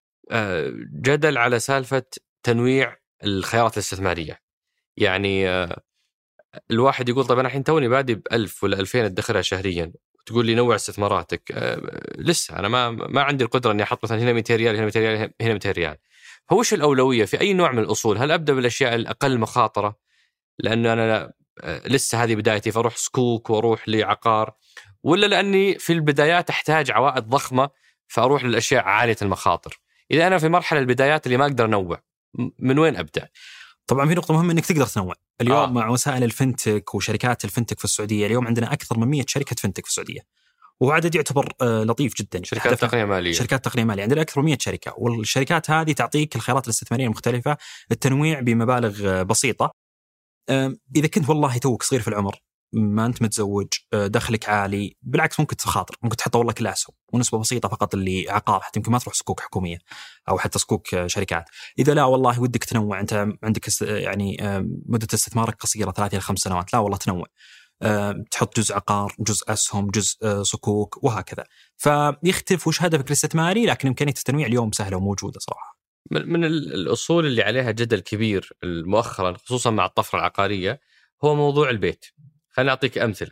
جدل على سالفه تنويع الخيارات الاستثماريه. يعني الواحد يقول طيب انا الحين توني بادي ب1000 ولا 2000 ادخرها شهريا، وتقول لي نوع استثماراتك. لسه انا ما عندي القدره اني احط مثلا هنا 200 ريال، هنا 200 ريال، هنا 200 ريال. فوش الاولويه في اي نوع من الاصول؟ هل ابدا بالاشياء الاقل مخاطره لانه انا لسه هذه بدايتي فاروح سكوك واروح لعقار، ولا لاني في البدايات احتاج عوائد ضخمه فاروح للاشياء عاليه المخاطر؟ اذا انا في مرحله البدايات اللي ما اقدر انوع، من وين ابدا؟ طبعا في نقطة مهمة انك تقدر تنوع. اليوم مع وسائل الفنتك وشركات الفنتك في السعودية، اليوم عندنا اكثر من 100 شركة فنتك في السعودية، وعدد يعتبر لطيف جدا. شركات تقنية مالية. شركات تقنية مالية عندنا أكثر من 100 شركة، والشركات هذه تعطيك الخيارات الاستثمارية المختلفة، التنويع بمبالغ بسيطة. إذا كنت والله توك صغير في العمر، ما أنت متزوج، دخلك عالي، بالعكس ممكن تخاطر، ممكن تحط والله كل أسهم ونسبة بسيطة فقط اللي عقار، حتى يمكن ما تروح سكوك حكومية أو حتى سكوك شركات. إذا لا والله ودك تنوع، أنت عندك يعني مدة استثمارك قصيرة 3 إلى 5 سنوات، لا والله تنوع، تحط جزء عقار، جزء أسهم، جزء صكوك، وهكذا. فيختلف وش هدفك الاستثماري، لكن إمكانية التنويع اليوم سهلة وموجودة صراحة. من الأصول اللي عليها جدل كبير مؤخرا خصوصا مع الطفرة العقارية هو موضوع البيت. خليني أعطيك أمثلة.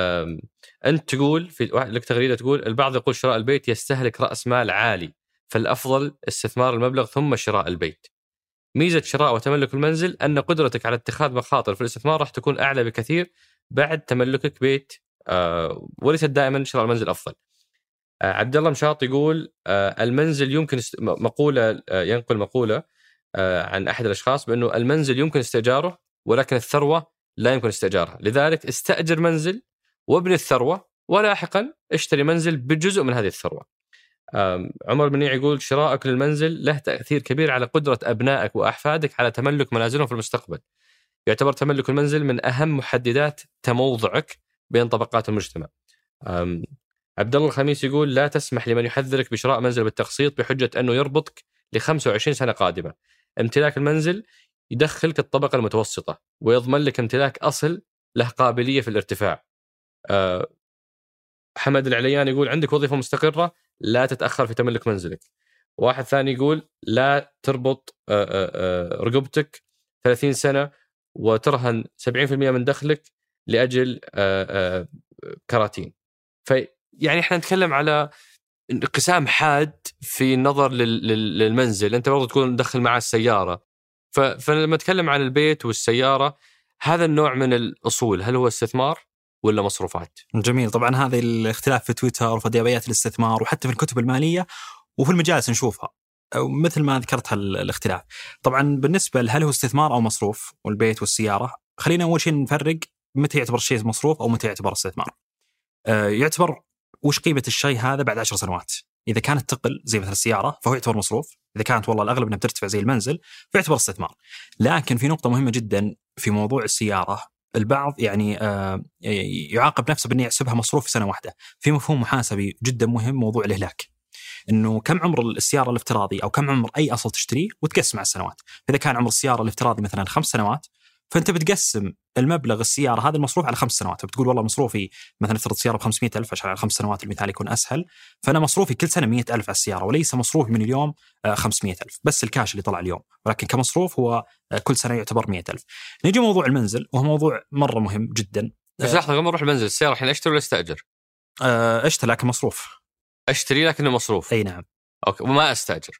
أنت تقول في لك تغريدة تقول البعض يقول شراء البيت يستهلك رأس مال عالي، فالأفضل استثمار المبلغ ثم شراء البيت. ميزة شراء وتملك المنزل أن قدرتك على اتخاذ مخاطر في الاستثمار راح تكون أعلى بكثير بعد تملكك بيت، وليس دائما شراء المنزل أفضل. عبد الله مشاط يقول المنزل يمكن مقولة، ينقل مقولة عن أحد الأشخاص بأنه المنزل يمكن استئجاره ولكن الثروة لا يمكن استئجارها، لذلك استأجر منزل وابن الثروة ولاحقا اشتري منزل بجزء من هذه الثروة. عمر منيع يقول شراءك للمنزل له تأثير كبير على قدرة أبنائك وأحفادك على تملك منازلهم في المستقبل. يعتبر تملك المنزل من أهم محددات تموضعك بين طبقات المجتمع. عبد الله الخميس يقول لا تسمح لمن يحذرك بشراء منزل بالتقسيط بحجة أنه يربطك ل25 سنة قادمة. امتلاك المنزل يدخلك الطبقة المتوسطة ويضمن لك امتلاك أصل له قابلية في الارتفاع. حمد العليان يقول عندك وظيفة مستقرة لا تتأخر في تملك منزلك. واحد ثاني يقول لا تربط رقبتك 30 سنة وترهن 70% من دخلك لأجل كراتين. يعني احنا نتكلم على انقسام حاد في النظر للمنزل. انت برضو تكون ندخل مع السيارة، فلما نتكلم عن البيت والسيارة هذا النوع من الأصول هل هو استثمار ولا مصروفات؟ جميل. طبعا هذا الاختلاف في تويتر وفي ديابيات الاستثمار وحتى في الكتب المالية وفي المجالس نشوفها مثل ما ذكرت الاختلاف. طبعا بالنسبة هل هو استثمار أو مصروف والبيت والسيارة، خلينا أول شيء نفرق متى يعتبر الشيء مصروف أو متى يعتبر استثمار. يعتبر وش قيمة الشيء هذا بعد 10 سنوات. إذا كانت تقل زي مثل السيارة فهو يعتبر مصروف، إذا كانت والله الأغلب أنها بترتفع زي المنزل فيعتبر استثمار. لكن في نقطة مهمة جدا في موضوع السيارة، البعض يعني يعاقب نفسه بأنه يحسبها مصروف في سنة واحدة. في مفهوم محاسبي جدا مهم موضوع الإهلاك. انه كم عمر السياره الافتراضي او كم عمر اي اصل تشتريه وتقسم على السنوات. فاذا كان عمر السياره الافتراضي مثلا 5 سنوات، فانت بتقسم المبلغ السياره هذا المصروف على 5 سنوات، بتقول والله مصروفي مثلا افترض سياره ب500,000 عشان على 5 سنوات المثال يكون اسهل، فانا مصروفي كل سنه 100,000 على السياره، وليس مصروفي من اليوم 500,000 بس الكاش اللي طلع اليوم، ولكن كمصروف هو كل سنه يعتبر 100,000. نيجي موضوع المنزل وهو موضوع مره مهم جدا. بس لحظه، قبل ما نروح المنزل، السياره الحين اشتري ولا استاجر؟ اشتري لكن مصروف. اشتري لكنه مصروف. اي نعم. اوكي، وما استاجر.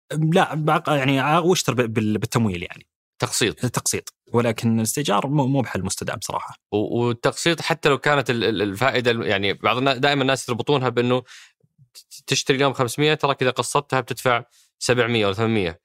لا يعني واشتري بالتمويل يعني تقسيط، ولكن الاستئجار مو بحل مستدام صراحه. والتقسيط حتى لو كانت الفائده، يعني بعض الناس دائما الناس يربطونها بانه تشتري اليوم 500 ترى كذا قسطتها بتدفع 700 ولا 800.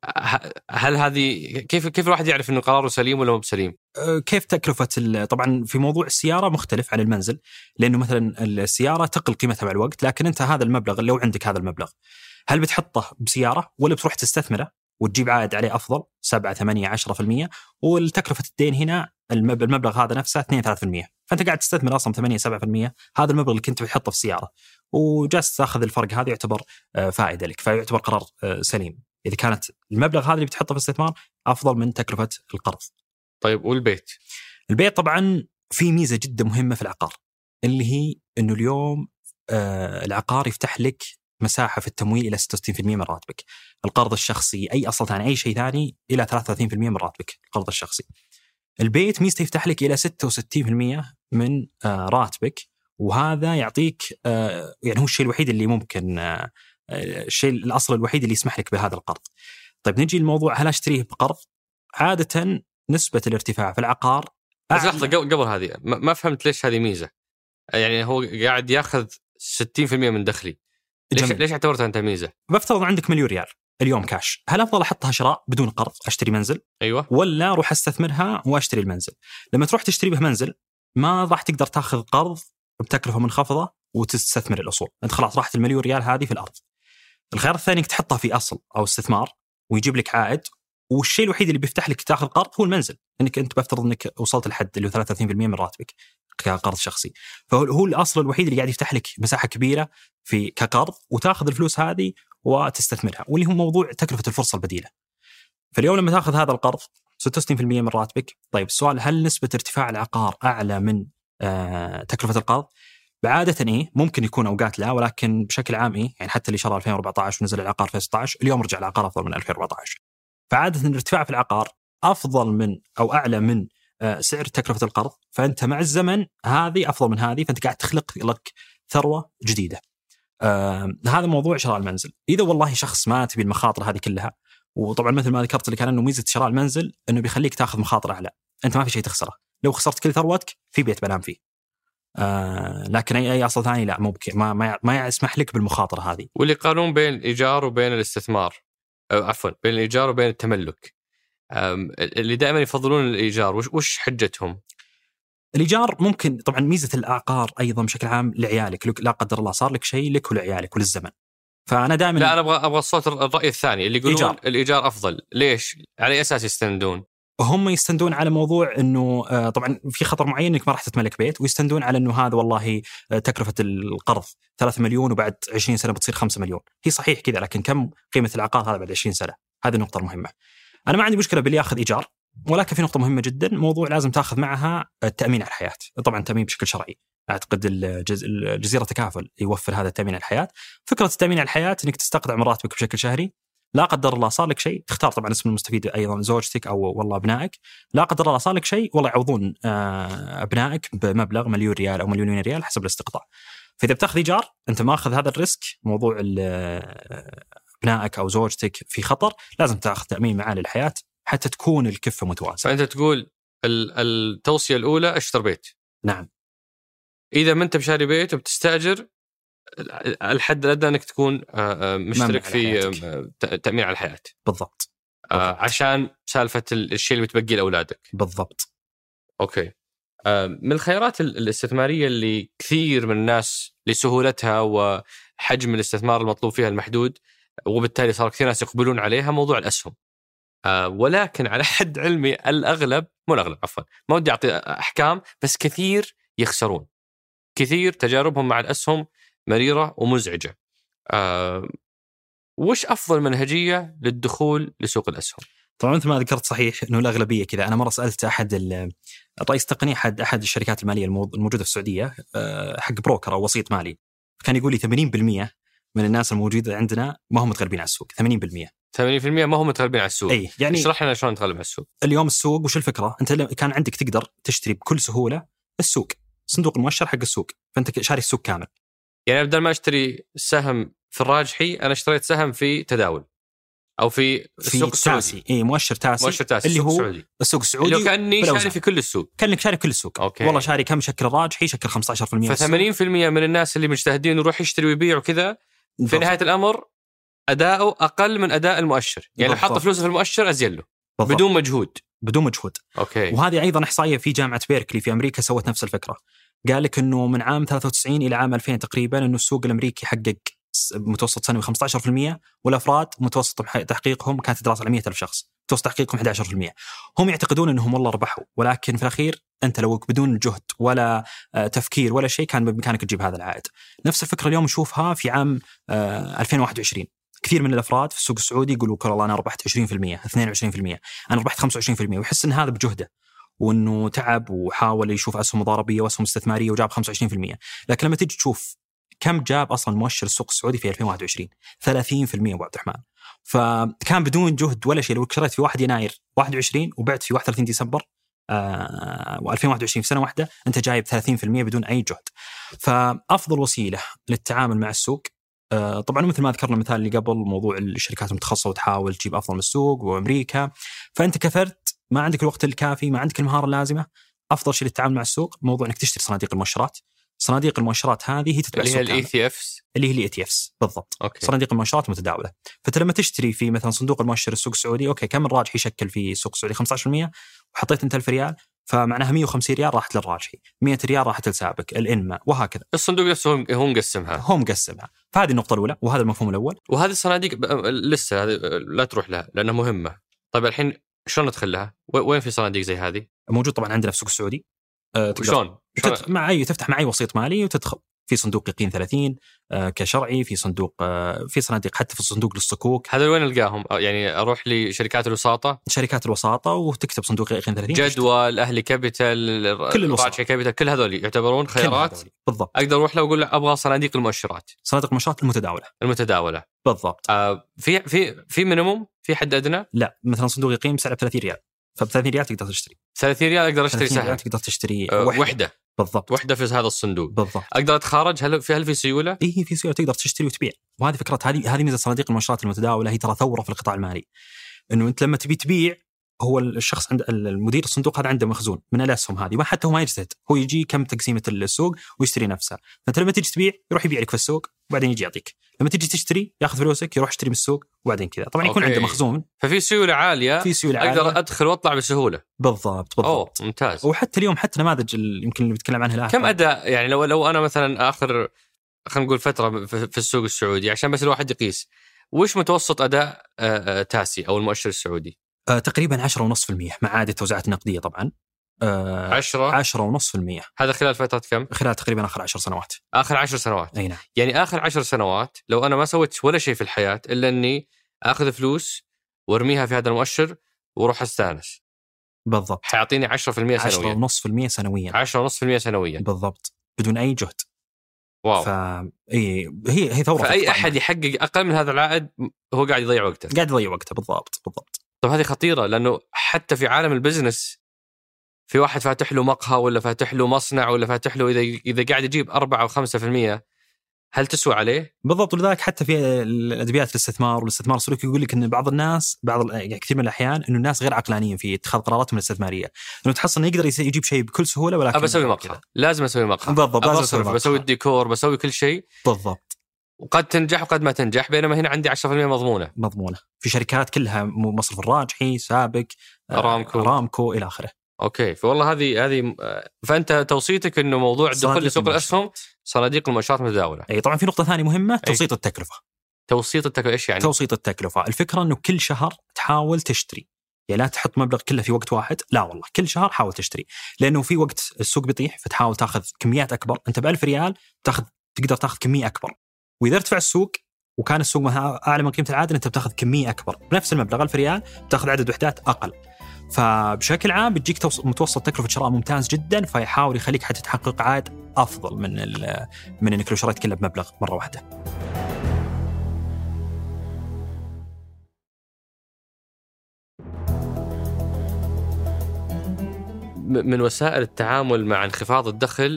هل هذه كيف الواحد يعرف انه قراره سليم ولا مو بسليم؟ كيف تكلفه طبعا في موضوع السياره مختلف عن المنزل، لانه مثلا السياره تقل قيمتها مع الوقت، لكن انت هذا المبلغ لو عندك هذا المبلغ هل بتحطه بسياره ولا بتروح تستثمره وتجيب عائد عليه افضل 7 8 10%، والتكلفه الدين هنا المبلغ هذا نفسه 2-3%، فانت قاعد تستثمر اصلا 8-7%، هذا المبلغ اللي كنت بتحطه في السياره وجالس تاخذ الفرق هذا يعتبر فائده لك، فيعتبر قرار سليم اذا كانت المبلغ هذا اللي بتحطه في الاستثمار افضل من تكلفه القرض. طيب والبيت؟ البيت طبعا في ميزه جدا مهمه في العقار، اللي هي انه اليوم العقار يفتح لك مساحه في التمويل الى 66% من راتبك. القرض الشخصي اي اصل ثاني اي شيء ثاني الى 33% من راتبك القرض الشخصي. البيت ميزته يفتح لك الى 66% من راتبك، وهذا يعطيك يعني هو الشيء الوحيد اللي ممكن الشيء الاصل الوحيد اللي يسمح لك بهذا القرض. طيب نجي الموضوع، هل اشتريه بقرض؟ عاده نسبه الارتفاع في العقار بس لحظه، قبل هذه ما فهمت ليش هذه ميزه. يعني هو قاعد ياخذ 60% من دخلي، ليش اعتبرتها انت ميزه؟ بفترض عندك مليون ريال اليوم كاش، هل افضل احطها شراء بدون قرض اشتري منزل؟ ايوه، ولا اروح استثمرها واشتري المنزل؟ لما تروح تشتري به منزل ما راح تقدر تاخذ قرض بتكلفه منخفضه وتستثمر الاصول، انت خلاص راحت المليون ريال هذه في الارض. الخيار الثاني انك تحطها في اصل او استثمار ويجيب لك عائد، والشيء الوحيد اللي بيفتح لك تاخذ قرض هو المنزل، انك انت بفترض انك وصلت الحد اللي هو 33% من راتبك كقرض شخصي، فهو الاصل الوحيد اللي قاعد يفتح لك مساحه كبيره في كقرض وتاخذ الفلوس هذه وتستثمرها، واللي هو موضوع تكلفه الفرصه البديله. فاليوم لما تاخذ هذا القرض 66% من راتبك، طيب السؤال هل نسبه ارتفاع العقار اعلى من تكلفه القرض؟ بعادة إيه، ممكن يكون أوقات لا، ولكن بشكل عام إيه، يعني حتى اللي شرى 2014 ونزل العقار في 2016 اليوم رجع العقار أفضل من 2014. فعادة الارتفاع في العقار أفضل من أو أعلى من سعر تكلفة القرض، فأنت مع الزمن هذه أفضل من هذه، فأنت قاعد تخلق لك ثروة جديدة. هذا موضوع شراء المنزل. إذا والله شخص ما تبي المخاطر هذه كلها، وطبعا مثل ما ذكرت لك أنه ميزة شراء المنزل أنه بيخليك تأخذ مخاطر أعلى، أنت ما في شيء تخسره، لو خسرت كل ثروتك في بيت بنام فيه. لكن أي أصل ثاني لا، ممكن ما يسمح لك بالمخاطرة هذه. واللي قانون بين الإيجار وبين الاستثمار، عفوا بين الإيجار وبين التملك، اللي دائما يفضلون الإيجار، وش حجتهم؟ الإيجار ممكن طبعا ميزة العقار أيضا بشكل عام لعيالك، لا قدر الله صار لك شيء لك ولعيالك وللزمن. فأنا دائما لا، أنا أبغى الصوت الرأي الثاني اللي يقولون الإيجار أفضل. ليش؟ على أي أساس يستندون؟ هم يستندون على موضوع أنه طبعا في خطر معين أنك ما راح تتملك بيت، ويستندون على أنه هذا والله تكلفة القرض 3 مليون وبعد 20 سنة بتصير 5 مليون. هي صحيح كذا، لكن كم قيمة العقار هذا بعد 20 سنة؟ هذه النقطة المهمة. أنا ما عندي مشكلة باللي يأخذ إيجار، ولكن في نقطة مهمة جدا، موضوع لازم تأخذ معها التأمين على الحياة. طبعا التأمين بشكل شرعي، أعتقد الجزيرة تكافل يوفر هذا التأمين على الحياة. فكرة التأمين على الحياة أنك تستقطع من راتبك بشكل شهري، لا قدر الله صار لك شيء تختار طبعا اسم المستفيد أيضا زوجتك أو والله أبنائك، لا قدر الله صار لك شيء والله يعوضون أبنائك بمبلغ مليون ريال أو مليونين ريال حسب الاستقطاع. فإذا بتأخذ إيجار أنت ما أخذ هذا الريسك، موضوع أبنائك أو زوجتك في خطر، لازم تأخذ تأمين معاه للحياة حتى تكون الكفة متوازنة. فأنت تقول التوصية الأولى اشتر بيت. نعم. إذا ما أنت بشاري بيت وبتستأجر، الحد الأدنى أنك تكون مشترك في تأمين على الحياة. بالضبط. عشان سالفة الشيء اللي بتبقي لأولادك. بالضبط. أوكي. من الخيارات الاستثمارية اللي كثير من الناس لسهولتها وحجم الاستثمار المطلوب فيها المحدود، وبالتالي صار كثير ناس يقبلون عليها، موضوع الأسهم. ولكن على حد علمي الأغلب، مو الأغلب عفوا، ما ودي أعطي أحكام، بس كثير يخسرون. كثير تجاربهم مع الأسهم مريرة ومزعجة. وش أفضل منهجية للدخول لسوق الأسهم؟ طبعا مثل ما ذكرت صحيح انه الاغلبيه كذا. انا مره سالت احد الرئيس التقني احد الشركات الماليه الموجوده في السعوديه، حق بروكر او وسيط مالي، كان يقول لي 80% من الناس الموجوده عندنا ما هم متغلبين على السوق. 80% ما هم متغلبين على السوق. اي يعني اشرح لنا شلون نتغلب على السوق. اليوم السوق وش الفكره؟ انت كان عندك تقدر تشتري بكل سهوله السوق، صندوق المؤشر حق السوق، فانت شاري السوق كامل. يعني بدل ما اشتري سهم في الراجحي انا اشتريت سهم في تداول او في السوق السعودي. اي مؤشر تاسي اللي هو السوق السعودي، اللي كاني شاري في كل السوق. كانك شاري كل السوق. أوكي. والله شاري كم شكل الراجحي، شكل 15%. ف80% من الناس اللي مجتهدين يروح يشتري ويبيع وكذا في نهايه الامر اداؤه اقل من اداء المؤشر. يعني حط فلوسه في المؤشر ازين له بدون مجهود. أوكي. وهذه ايضا احصائيه في جامعه بيركلي في امريكا سوت نفس الفكره. قال لك انه من عام 93 الى عام 2000 تقريبا انه السوق الامريكي حقق متوسط سنوي 15%، والافراد متوسط تحقيقهم كانت دراسه على 100,000 شخص، متوسط تحقيقهم 11%. هم يعتقدون انهم والله ربحوا، ولكن في الاخير انت لو بدون جهد ولا تفكير ولا شيء كان بامكانك تجيب هذا العائد. نفس الفكره اليوم نشوفها في عام 2021. كثير من الافراد في السوق السعودي يقولوا والله انا ربحت 20%، 22%، انا ربحت 25%، ويحس ان هذا بجهده وانه تعب وحاول يشوف اسهم مضاربيه واسهم استثماريه وجاب 25%. لكن لما تيجي تشوف كم جاب اصلا مؤشر السوق السعودي في 2021 30% ابو عبد الرحمن. فكان بدون جهد ولا شيء. لو شريت في 1 يناير 21 وبعت في 31 ديسمبر 2021 في سنه واحده انت جايب 30% بدون اي جهد. فافضل وسيله للتعامل مع السوق طبعا مثل ما ذكرنا المثال اللي قبل، موضوع الشركات المتخصصه وتحاول تجيب افضل من السوق وامريكا. فانت كفرت ما عندك الوقت الكافي، ما عندك المهاره اللازمه. افضل شيء للتعامل مع السوق موضوع انك تشتري صناديق المؤشرات. صناديق المؤشرات هذه هي تتبع اللي هي الETFs، اللي هي الETFs بالضبط. أوكي. صناديق المؤشرات متداوله. فلما تشتري في مثلا صندوق المؤشر السوق السعودي، اوكي كم الراجحي يشكل في السوق السعودي 15%، وحطيت انت 1000 ريال، فمعناها 150 ريال راحت للراجحي، 100 ريال راحت لسابق الانما، وهكذا. الصندوق نفسه هو مقسمها. فهذه النقطه الاولى وهذا المفهوم الاول. وهذه الصناديق لسه لا تروح لها لانها مهمه. طيب الحين شلون ندخل لها؟ وين في صناديق زي هذه؟ موجود طبعا عندنا في السوق السعودي. شلون تفتح معي وسيط مالي وتدخل في صندوق يقين 30 كشرعي، في صندوق في صناديق حتى في الصندوق للصكوك. هذا وين القاهم؟ يعني اروح لشركات الوساطه وتكتب صندوق يقين 30 جدول اهلي كابيتال راجحي كابيتال، كل هذول يعتبرون خيارات. بالضبط. اقدر اروح له واقول له ابغى صناديق المؤشرات المتداوله. بالضبط. في مينيموم، في حد ادنى؟ لا مثلا صندوق يقين بسعر 30 ريال، ف30 ريال تقدر تشتري 30 ريال اقدر اشتري سهم، تقدر تشتري وحده. بالضبط. وحده في هذا الصندوق. بالضبط. اقدر اتخارج. هل في سيوله؟ اي في سيوله، تقدر تشتري وتبيع. وهذه فكره هذه ميزه صناديق المؤشرات المتداوله. هي ترى ثوره في القطاع المالي، انه انت لما تبي تبيع هو الشخص عند المدير الصندوق هذا عنده مخزون من الاسهم هذه، ما حتى هو ما يجتهد، هو يجي كم تقسيمه السوق ويشتري نفسه. فانت لما تيجي تبيع يروح يبيع لك في السوق وبعدين يجي يعطيك، لما تيجي تشتري ياخذ فلوسك يروح يشتري من السوق وبعدين كذا. طبعا يكون عنده مخزون، ففي سيوله عاليه، اقدر ادخل واطلع بسهوله. بالضبط. ممتاز. وحتى اليوم حتى نماذج يمكن اللي بتكلم عنها الان، كم اداء يعني لو انا مثلا اخر خلينا نقول فتره في السوق السعودي عشان بس الواحد يقيس وش متوسط اداء تاسي او المؤشر السعودي؟ تقريبا 10.5% مع عادة التوزيعات النقدية طبعا. 10.5%. هذا خلال فترة كم؟ خلال تقريبا آخر 10 سنوات. آخر 10 سنوات. أي نعم. يعني آخر 10 سنوات لو أنا ما سويت ولا شيء في الحياة إلا أني أخذ فلوس وارميها في هذا المؤشر وروح استانس. بالضبط. حيعطيني 10% سنويا. 10.5% سنويا. 10.5% سنويا. بالضبط. بدون أي جهد. واو. هي ثورة. فأي أحد يحقق أقل من هذا العائد هو قاعد يضيع وقته. بالضبط. طب هذه خطيرة، لأنه حتى في عالم البزنس في واحد فاتح له مقهى ولا فاتح له مصنع ولا فاتح له إذا قاعد يجيب 4 أو 5% هل تسوى عليه؟ بالضبط. ولذلك حتى في الأدبيات الاستثمار والاستثمار السلوكي يقول لك إن بعض الناس يعني كثير من الأحيان إنه الناس غير عقلانيين في اتخاذ قراراتهم الاستثمارية، إنه تحصل إنه يقدر يجيب شيء بكل سهولة، ولكن بسوي مقهى، لازم أسوي مقهى. بالضبط. بسوي الديكور، بسوي كل شيي. بالضبط. وقد تنجح وقد ما تنجح، بينما هنا عندي 10% مضمونة في شركات كلها مصرف الراجحي، سابق، أرامكو إلى آخره. اوكي. فوالله هذه فانت توصيتك انه موضوع الدخول لسوق الاسهم صناديق المؤشرات المتداوله. اي طبعا في نقطه ثانيه مهمه، توسيط التكلفه. ايش يعني توسيط التكلفه؟ الفكره انه كل شهر تحاول تشتري، يعني لا تحط مبلغ كله في وقت واحد، لا والله كل شهر حاول تشتري، لانه في وقت السوق بيطيح فتحاول تاخذ كميات اكبر. انت ب1000 ريال تقدر تاخذ كميه اكبر، واذا ارتفع السوق وكان السوق اعلى من قيمه العادل، انت بتاخذ كميه اكبر بنفس المبلغ 1000 ريال، بتاخذ عدد وحدات اقل. فبشكل عام بتجيك متوسط تكلفه شراء ممتاز جدا، فيحاول يخليك حتى تحقق عائد افضل من انك لو شريت كله بمبلغ مره واحده. من وسائل التعامل مع انخفاض الدخل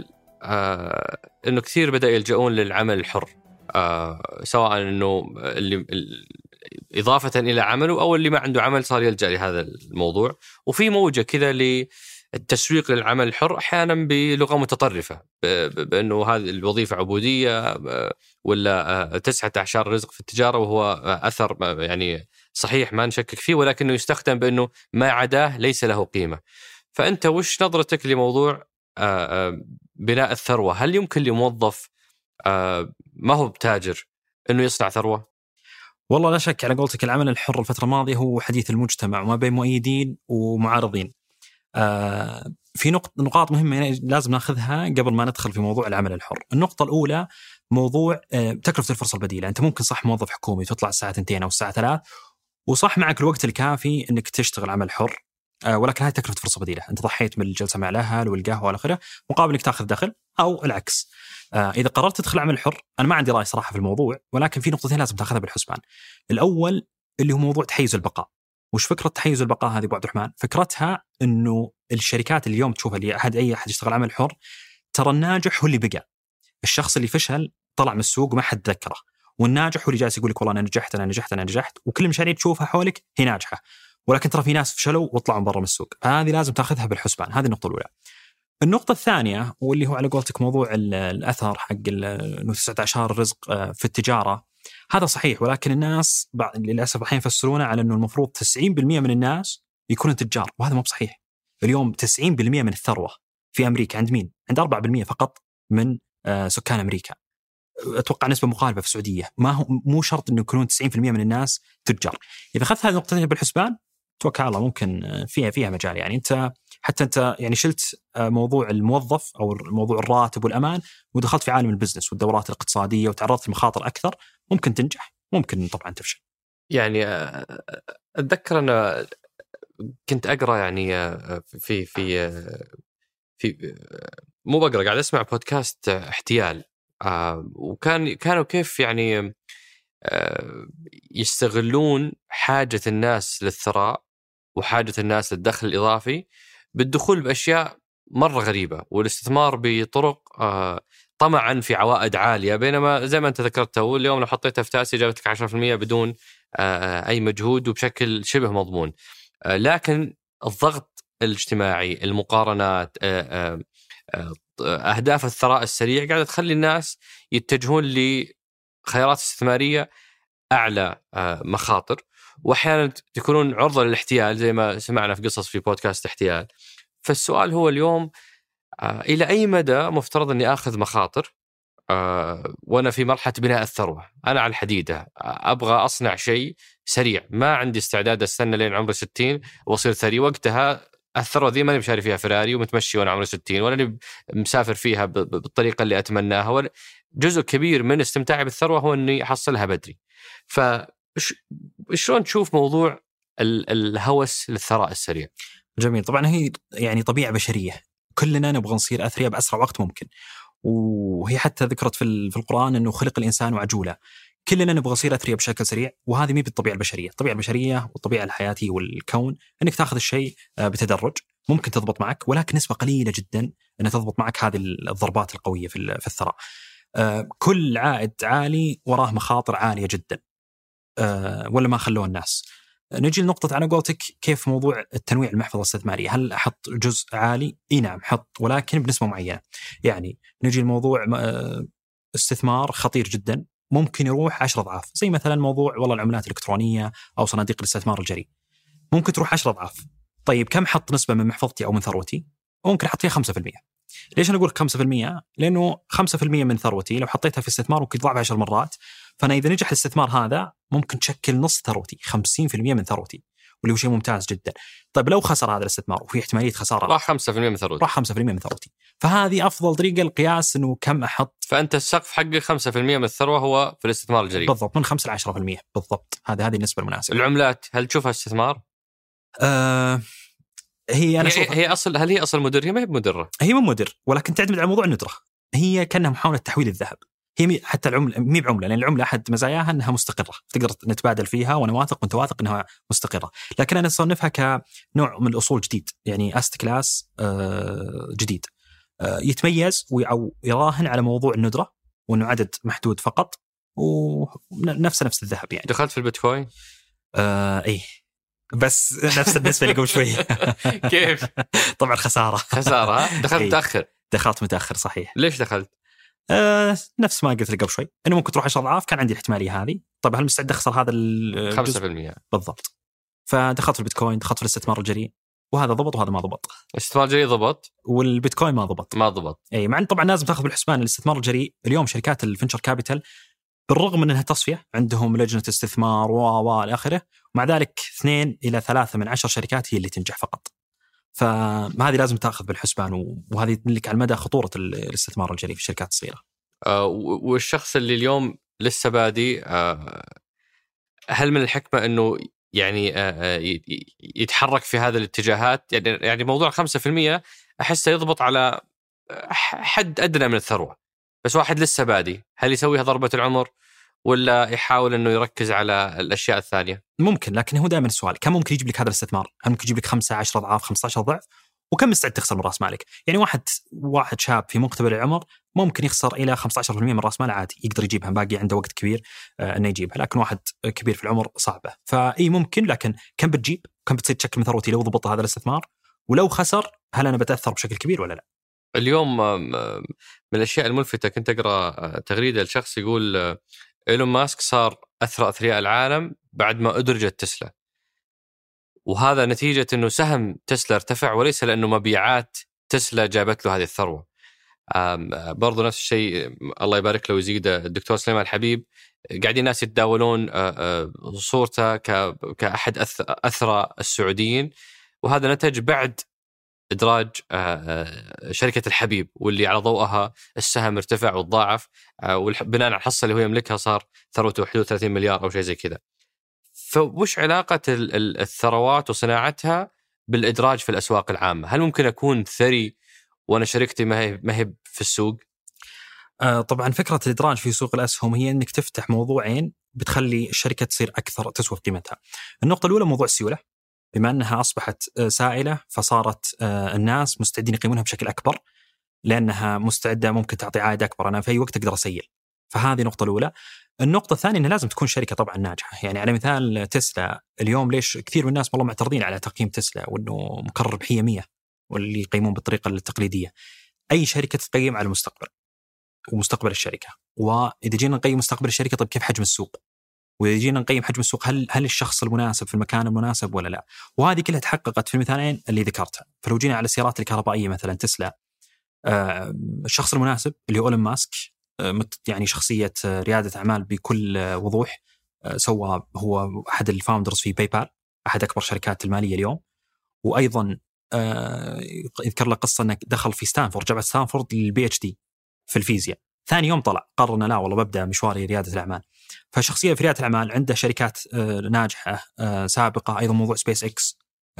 انه كثير بدأ يلجؤون للعمل الحر، سواء انه اللي اضافه الى عمله او اللي ما عنده عمل صار يلجأ لهذا الموضوع. وفي موجه كذا للتسويق للعمل الحر، احيانا بلغه متطرفه بانه هذه الوظيفه عبوديه ولا 9 أعشار رزق في التجاره، وهو اثر يعني صحيح ما نشكك فيه، ولكنه يستخدم بانه ما عداه ليس له قيمه. فأنت وش نظرتك لموضوع بناء الثروة؟ هل يمكن لموظف ما هو بتاجر أنه يصنع ثروة؟ والله لا شك على قولتك، العمل الحر الفترة الماضية هو حديث المجتمع، وما بين مؤيدين ومعارضين. في نقاط مهمة لازم ناخذها قبل ما ندخل في موضوع العمل الحر. النقطة الأولى موضوع تكلفة الفرصة البديلة. أنت ممكن صح موظف حكومي تطلع الساعة 2 أو الساعة 3 وصح معك الوقت الكافي أنك تشتغل عمل حر، ولكن هذه تكلفة فرصة بديلة. أنت ضحيت من الجلسة مع الأهل والقهوة والى آخره مقابل إنك تأخذ دخل، أو العكس. إذا قررت تدخل عمل حر، أنا ما عندي رأي صراحة في الموضوع، ولكن في نقطتين لازم تأخذها بالحسبان. الأول اللي هو موضوع تحيز البقاء. وش فكرة تحيز البقاء هذه أبو عبد الرحمن؟ فكرتها إنه الشركات اليوم تشوفها اللي أي أحد يشتغل عمل حر، ترى الناجح هو اللي بقى. الشخص اللي فشل طلع من السوق وما حد ذكره، والناجح هو اللي جالس يقول لك والله أنا نجحت، وكل المشاريع تشوفها حولك هي ناجحة، ولكن ترى في ناس فشلوا وطلعوا برا من السوق. هذه لازم تاخذها بالحسبان. هذه النقطة الأولى. النقطة الثانية واللي هو على قولتك موضوع الأثر حق إنه 19 رزق في التجارة، هذا صحيح، ولكن الناس للأسف الحين يفسرونه على إنه المفروض 90% من الناس يكونوا تجار، وهذا مو بصحيح. اليوم 90% من الثروة في أمريكا عند مين؟ عند 4% فقط من سكان أمريكا. أتوقع نسبة مخالفة في السعودية. مو شرط إنه يكونون 90% من الناس تجار. إذا أخذت هذه النقطتين بالحسبان، توكل الله ممكن فيها مجال. يعني أنت يعني شلت موضوع الموظف أو موضوع الراتب والأمان، ودخلت في عالم البزنس والدورات الاقتصادية وتعرضت لمخاطر أكثر. ممكن تنجح، ممكن طبعا تفشل. يعني أتذكر أنا كنت أقرأ يعني في مو بقرأ، قاعد أسمع بودكاست احتيال، وكانوا كيف يعني يستغلون حاجة الناس للثراء وحاجة الناس للدخل الإضافي بالدخول بأشياء مرة غريبة والاستثمار بطرق طمعا في عوائد عالية، بينما زي ما أنت ذكرته اليوم لو حطيتها في تاسي جابت لك 10% بدون أي مجهود وبشكل شبه مضمون. لكن الضغط الاجتماعي، المقارنات، أهداف الثراء السريع قاعدة تخلي الناس يتجهون لخيارات استثمارية أعلى مخاطر، وأحيانا تكونون عرضة للاحتيال زي ما سمعنا في قصص في بودكاست احتيال. فالسؤال هو اليوم إلى أي مدى مفترض أني أخذ مخاطر وأنا في مرحلة بناء الثروة؟ أنا على الحديدة أبغى أصنع شيء سريع، ما عندي استعداد استنى لين عمري 60 وأصير ثري. وقتها الثروة ذي ماني بشاري فيها فراري ومتمشي وأنا عمري 60، ولا مسافر فيها بالطريقة اللي أتمناها، ولا جزء كبير من استمتاعي بالثروة هو أني أحصلها بدري. فشلون تشوف موضوع الهوس للثراء السريع؟ جميل. طبعا هي يعني طبيعة بشرية، كلنا نبغى نصير أثرياء بأسرع وقت ممكن، وهي حتى ذكرت في القرآن أنه خلق الإنسان وعجولا. كلنا نبغى نصير أثرياء بشكل سريع، وهذه مي بالطبيعة البشرية. الطبيعة البشرية والطبيعة الحياتية والكون أنك تأخذ الشيء بتدرج، ممكن تضبط معك، ولكن نسبة قليلة جدا أن تضبط معك هذه الضربات القوية في الثراء. كل عائد عالي وراه مخاطر عالية جدا، ولا ما خلوه الناس. نجي لنقطة على قولتك كيف موضوع التنويع المحفظة الاستثمارية. هل أحط جزء عالي؟ نعم حط، ولكن بنسبة معينة. يعني نجي لموضوع استثمار خطير جدا ممكن يروح 10 أضعاف، زي مثلا موضوع والله العملات الإلكترونية أو صناديق الاستثمار الجريء، ممكن تروح 10 أضعاف. طيب كم حط نسبة من محفظتي أو من ثروتي؟ ممكن أحط فيها 5%. ليش أنا أقول 5%؟ لأنه 5% من ثروتي لو حطيتها في استثمار ممكن تضاعف 10 مرات. فأنا إذا نجح الاستثمار هذا ممكن تشكل نص ثروتي، 50% من ثروتي، واللي هو شيء ممتاز جدا. طيب لو خسر هذا الاستثمار وفي احتماليه خساره، راح 5% من ثروتي، راح 5% من ثروتي. فهذه افضل طريقه القياس انه كم احط. فانت السقف حقك 5% من الثروه هو في الاستثمار الجريء. بالضبط، من 5 ل 10% بالضبط. هذه النسبه المناسبه. العملات هل تشوفها استثمار؟ هي انا هي اصل، هل هي اصل مدر؟ هي ما هي مدره، هي مو مدر، ولكن تعتمد على موضوع الندره. هي كانها محاوله تحويل الذهب. هي حتى العمله مي بعمله، لان العمله احد مزاياها انها مستقره، تقدر نتبادل فيها وانا واثق وانت واثق انها مستقره. لكن انا اصنفها كنوع من الاصول جديد، يعني أست كلاس جديد يتميز او يراهن على موضوع الندره، وانه عدد محدود فقط، ونفس الذهب. يعني دخلت في البيتكوين؟ ايه، بس نفس النسبه اللي قبل شوي. كيف؟ طبعا خساره. دخلت متاخر. دخلت متاخر صحيح. ليش دخلت؟ نفس ما قلت لك قبل شوي، انه ممكن تروح 10 اضعاف. كان عندي الاحتماليه هذه. طيب هل مستعد اخسر هذا 5%؟ بالضبط. فدخلت في البيتكوين، دخلت في الاستثمار الجريء، وهذا ضبط وهذا ما ضبط. الاستثمار الجريء ضبط والبيتكوين ما ضبط. اي، مع ان طبعا لازم تاخذ بالحسبان الاستثمار الجريء اليوم شركات الفنشر كابيتال بالرغم من انها تصفيه، عندهم لجنه استثمار الى اخره، ومع ذلك 2 إلى 3 من 10 شركات هي اللي تنجح فقط. فهذه لازم تاخذ بالحسبان، وهذه تدلك على مدى خطوره الاستثمار الجريء في الشركات الصغيره. والشخص اللي اليوم لسه بادي، هل من الحكمه انه يعني يتحرك في هذه الاتجاهات؟ يعني موضوع 5% احسه يضبط على حد ادنى من الثروه، بس واحد لسه بادي، هل يسويها ضربه العمر ولا يحاول انه يركز على الاشياء الثانيه؟ ممكن، لكن هو دائما السؤال كم ممكن يجيب لك هذا الاستثمار؟ هل ممكن يجيب لك 5 10 اضعاف 15 ضعف؟ وكم مستعد تخسر من راس مالك؟ يعني واحد شاب في مقتبل العمر ممكن يخسر الى 15% من راس ماله عادي، يقدر يجيبها، باقي عنده وقت كبير انه يجيبها. لكن واحد كبير في العمر صعبه. فاي ممكن، لكن كم بتجيب؟ كم بتصير تشكل من ثروتي لو ضبط هذا الاستثمار؟ ولو خسر هل انا بتاثر بشكل كبير ولا لا؟ اليوم من الاشياء الملفتة كنت اقرا تغريده لشخص يقول إيلون ماسك صار اثرى اثرياء العالم بعد ما ادرجت تسلا، وهذا نتيجه انه سهم تسلا ارتفع، وليس لانه مبيعات تسلا جابت له هذه الثروه. برضو نفس الشيء الله يبارك له ويزيد الدكتور سليمان الحبيب، قاعدين الناس يتداولون صورته كأحد أثرى السعوديين، وهذا نتج بعد إدراج شركة الحبيب، واللي على ضوءها السهم ارتفع وتضاعف، وبناء على الحصة اللي هو يملكها صار ثروته حدود 30 مليار أو شيء زي كذا. فوش علاقة الثروات وصناعتها بالإدراج في الأسواق العامة؟ هل ممكن أكون ثري وأنا شركتي ما هي في السوق؟ طبعا فكرة الإدراج في سوق الأسهم هي أنك تفتح موضوعين بتخلي الشركة تصير أكثر تسوى قيمتها. النقطة الأولى موضوع السيولة، بما أنها أصبحت سائلة فصارت الناس مستعدين يقيمونها بشكل أكبر، لأنها مستعدة ممكن تعطي عائد أكبر، أنا في أي وقت أقدر أسيل. فهذه النقطة الأولى. النقطة الثانية أنه لازم تكون شركة طبعا ناجحة. يعني على مثال تسلا اليوم، ليش كثير من الناس والله معترضين على تقييم تسلا وأنه مقرر ربحية 100 واللي يقيمون بالطريقة التقليدية؟ أي شركة تقيم على المستقبل ومستقبل الشركة، وإذا جينا نقيم مستقبل الشركة طيب كيف حجم السوق؟ وإذا جينا نقيم حجم السوق هل الشخص المناسب في المكان المناسب ولا لا؟ وهذه كلها تحققت في المثالين اللي ذكرتها. فلو جينا على السيارات الكهربائية مثلا تسلا، الشخص المناسب اللي هو إيلون ماسك، يعني شخصية ريادة أعمال بكل وضوح، هو أحد الفاوندرز في باي بال، أحد أكبر شركات المالية اليوم. وأيضا يذكر لك قصة أنه دخل في ستانفورد، جامعة ستانفورد للبي اتش دي في الفيزياء، ثاني يوم طلع قرر لا والله ببدأ مشواري ريادة الأعمال. فشخصية في ريادة الأعمال، عنده شركات ناجحة سابقة. أيضا موضوع سبيس إكس،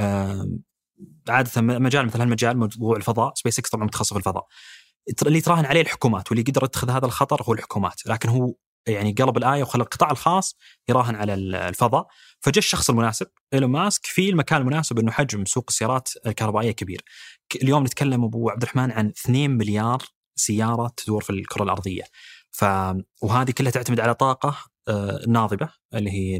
عادة مجال مثل هالمجال موضوع الفضاء، سبيس إكس طبعا متخصص في الفضاء، اللي تراهن عليه الحكومات، واللي يقدر يتخذ هذا الخطر هو الحكومات. لكن هو يعني قلب الآية وخلى القطاع الخاص يراهن على الفضاء. فجاء الشخص المناسب إيلون ماسك في المكان المناسب، إنه حجم سوق السيارات الكهربائية كبير. اليوم نتكلم أبو عبد الرحمن عن 2 مليار سيارة تدور في الكرة الأرضية. وهذه كلها تعتمد على طاقة ناظبة اللي هي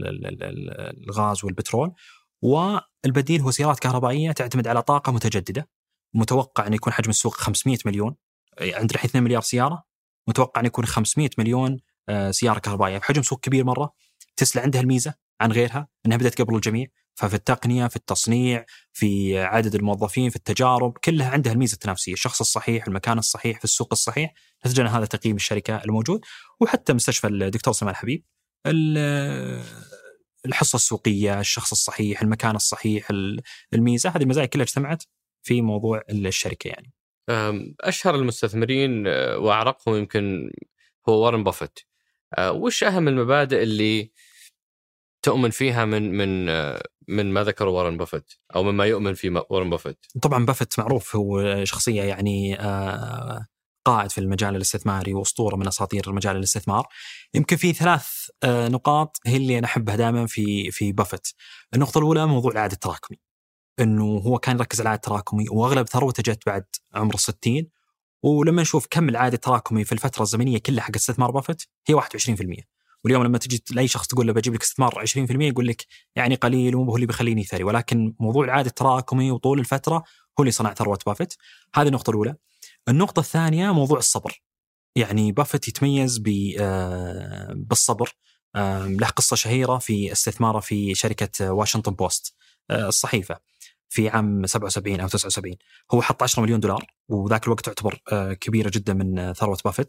الغاز والبترول، والبديل هو سيارات كهربائية تعتمد على طاقة متجددة. متوقع أن يكون حجم السوق 500 مليون، عند الحين 2 مليار سيارة، متوقع أن يكون 500 مليون سيارة كهربائية، بحجم سوق كبير مرة. تسلا عندها الميزة عن غيرها أنها بدأت قبل الجميع، ففي التقنية، في التصنيع، في عدد الموظفين، في التجارب، كلها عندها الميزة التنافسية، الشخص الصحيح، المكان الصحيح، في السوق الصحيح. نتيجة هذا تقييم الشركة الموجود. وحتى مستشفى الدكتور سليمان الحبيب الحصة السوقية، الشخص الصحيح، المكان الصحيح، الميزة، هذه المزايا كلها اجتمعت في موضوع الشركة يعني. أشهر المستثمرين وأعرقهم يمكن هو وارن بافيت. وش أهم المبادئ اللي تؤمن فيها من ما ذكر وارن بافيت أو مما يؤمن فيه وارن بافيت؟ طبعا بافيت معروف هو شخصية يعني قائد في المجال الاستثماري وأسطورة من أساطير المجال الاستثمار. يمكن في 3 نقاط هي اللي أنا أحبها دائما في بافيت. النقطة الأولى موضوع العائد التراكمي، إنه هو كان يركز على العائد التراكمي وأغلب ثروته جت بعد عمر 60. ولما نشوف كم العائد التراكمي في الفترة الزمنية كلها حق استثمار بافيت هي 21%. واليوم لما تجي لأي شخص تقول له بجيب لك استثمار 20% يقول لك يعني قليل ومو هو اللي بيخليني ثري، ولكن موضوع العائد التراكمي وطول الفترة هو اللي صنع ثروة بافيت. هذه النقطة الأولى. النقطة الثانية موضوع الصبر. يعني بافيت يتميز بالصبر. له قصة شهيرة في استثماره في شركة واشنطن بوست الصحيفة في عام 77 أو 79. هو حط $10 مليون وذاك الوقت تعتبر كبيرة جدا من ثروة بافيت.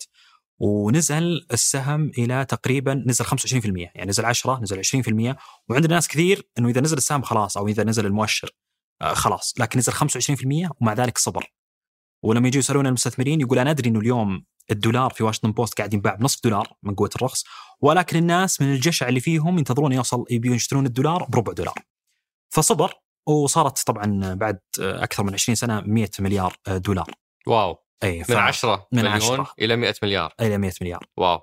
ونزل السهم إلى تقريبا نزل 25%، يعني نزل 10 نزل 20%. وعندنا ناس كثير أنه إذا نزل السهم خلاص أو إذا نزل المؤشر خلاص، لكن نزل 25% ومع ذلك صبر. ولما يجوا يسألون المستثمرين يقول أنا أدري أنه اليوم الدولار في واشنطن بوست قاعد ينباع بنصف دولار من قوة الرخص، ولكن الناس من الجشع اللي فيهم ينتظرون يبيون يشترون الدولار بربع دولار. فصبر وصارت طبعا بعد أكثر من 20 سنة $100 مليار. واو. أي من 10 من مليون 10 إلى 100 مليار. إلى 100 مليار. واو.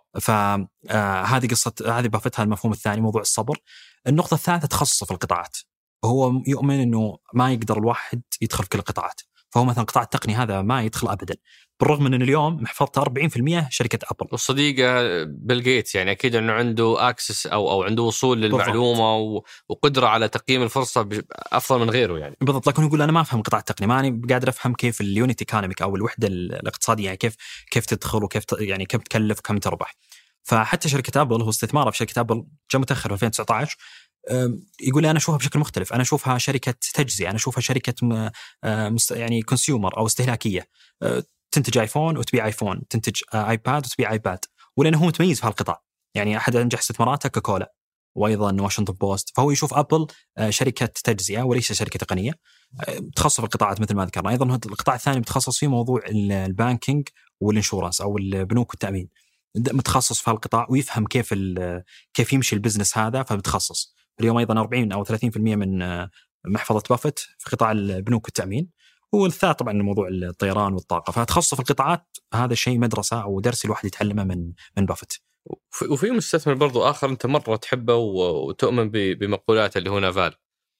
فهذه قصة، هذه بافتها المفهوم الثاني موضوع الصبر. النقطة الثالثة تخصص في القطاعات. هو يؤمن أنه ما يقدر الواحد يدخل في كل القطاعات، فهو مثلا قطاع التقني هذا ما يدخل أبدا، بالرغم من اليوم محفظته 40% شركة أبل. والصديقة بيل جيتس يعني أكيد أنه عنده أكسس أو عنده وصول للمعلومة وقدرة على تقييم الفرصة أفضل من غيره يعني. بالضبط. لكن يقول أنا ما أفهم قطاع التقني، ماني قادر أفهم كيف اليونت ايكونوميك أو الوحدة الاقتصادية، يعني كيف تدخل وكيف يعني كم تكلف وكم تربح. فحتى شركة أبل هو استثماره في شركة أبل جاء متأخر في 2019. يقول أنا أشوفها بشكل مختلف، أنا أشوفها شركة تجزئة، أنا أشوفها شركة يعني كونسيومر أو استهلاكية، تنتج آيفون وتبيع آيفون، تنتج آيباد وتبيع آيباد. ولأنه هو متميز في هالقطاع، يعني أحد أنجح استثماراته كوكولا وأيضا واشنطن بوست. فهو يشوف أبل شركة تجزئة وليس شركة تقنية تخصص في القطاعات مثل ما ذكرنا. أيضا القطاع الثاني بتخصص فيه موضوع البانكينج والإنشورانس أو البنوك والتأمين، متخصص في هالقطاع ويفهم كيف يمشي البزنس هذا، فبتخصص. اليوم أيضا 40 أو 30% من محفظة بافيت في قطاع البنوك والتأمين. والثالث طبعا موضوع الطيران والطاقة. فتخصص في القطاعات هذا شيء مدرسة أو درس الواحد يتعلمه من بافيت. وفي مستثمر برضو آخر أنت مرة تحبه وتؤمن بمقولاته اللي هو نافال.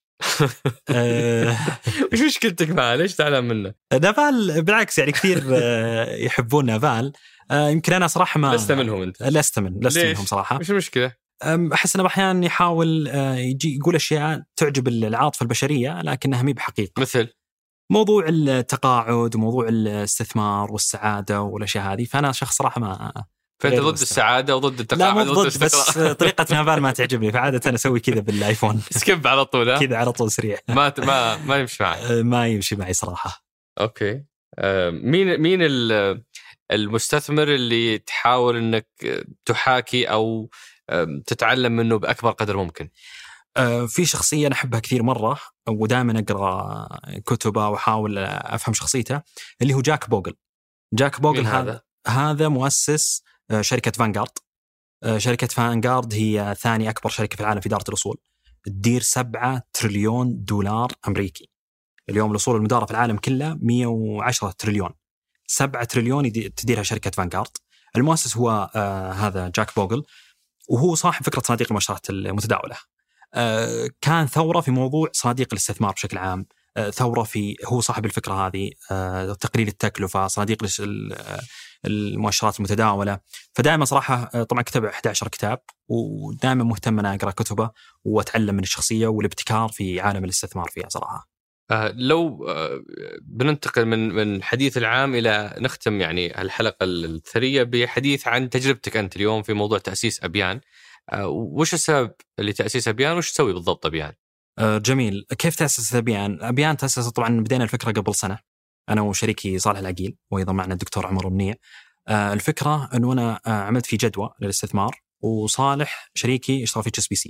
وش مشكلتك معه؟ ليش تعلم منه؟ نافال بالعكس يعني كثير يحبون نافال. يمكن أنا صراحة ما لست منهم أنت. لست منهم صراحة. وش المشكلة؟ أحس أنه أحيانا يحاول يجي يقول أشياء تعجب العاطفة البشرية لكنها مي بحقيقة، مثل موضوع التقاعد وموضوع الاستثمار والسعادة والأشياء هذه. فأنا شخص صراحة ما فأنت ضد السعادة وضد التقاعد. لا مو ضد، بس طريقة نافال ما تعجبني، فعادة أنا أسوي كذا بالآيفون سكيب على طول كذا على طول سريع. ما يمشي معي. ما يمشي معي صراحة. أوكي. مين المستثمر اللي تحاول أنك تحاكي أو تتعلم منه بأكبر قدر ممكن؟ في شخصية أنا أحبها كثير مرة ودائما أقرأ كتبه وأحاول أفهم شخصيته، اللي هو جاك بوغل. جاك بوغل هذا مؤسس شركة فانغارد. شركة فانغارد هي ثاني أكبر شركة في العالم في إدارة الأصول، تدير $7 تريليون أمريكي. اليوم الأصول المدارة في العالم كله 110 تريليون. 7 تريليون تديرها شركة فانغارد. المؤسس هو هذا جاك بوغل، وهو صاحب فكرة صناديق المؤشرات المتداولة. كان ثورة في موضوع صناديق الاستثمار بشكل عام، ثورة في هو صاحب الفكرة هذه، تقليل التكلفة، صناديق المؤشرات المتداولة. فدائما صراحة طبعا كتب 11 كتاب، ودائما مهتم أنا أقرأ كتبه وأتعلم من الشخصية والابتكار في عالم الاستثمار فيها صراحة. لو بننتقل من حديث العام إلى نختم يعني الحلقة الثرية بحديث عن تجربتك أنت اليوم في موضوع تأسيس أبيان. وش السبب لتأسيس أبيان وش تسوي بالضبط أبيان؟ جميل. كيف تأسس أبيان؟ أبيان تأسس طبعا بدينا الفكرة قبل سنة أنا وشريكي صالح العقيل وأيضا معنا الدكتور عمر منيع. الفكرة أنه أنا عملت في جدوى للاستثمار، وصالح شريكي اشتغل في HSBC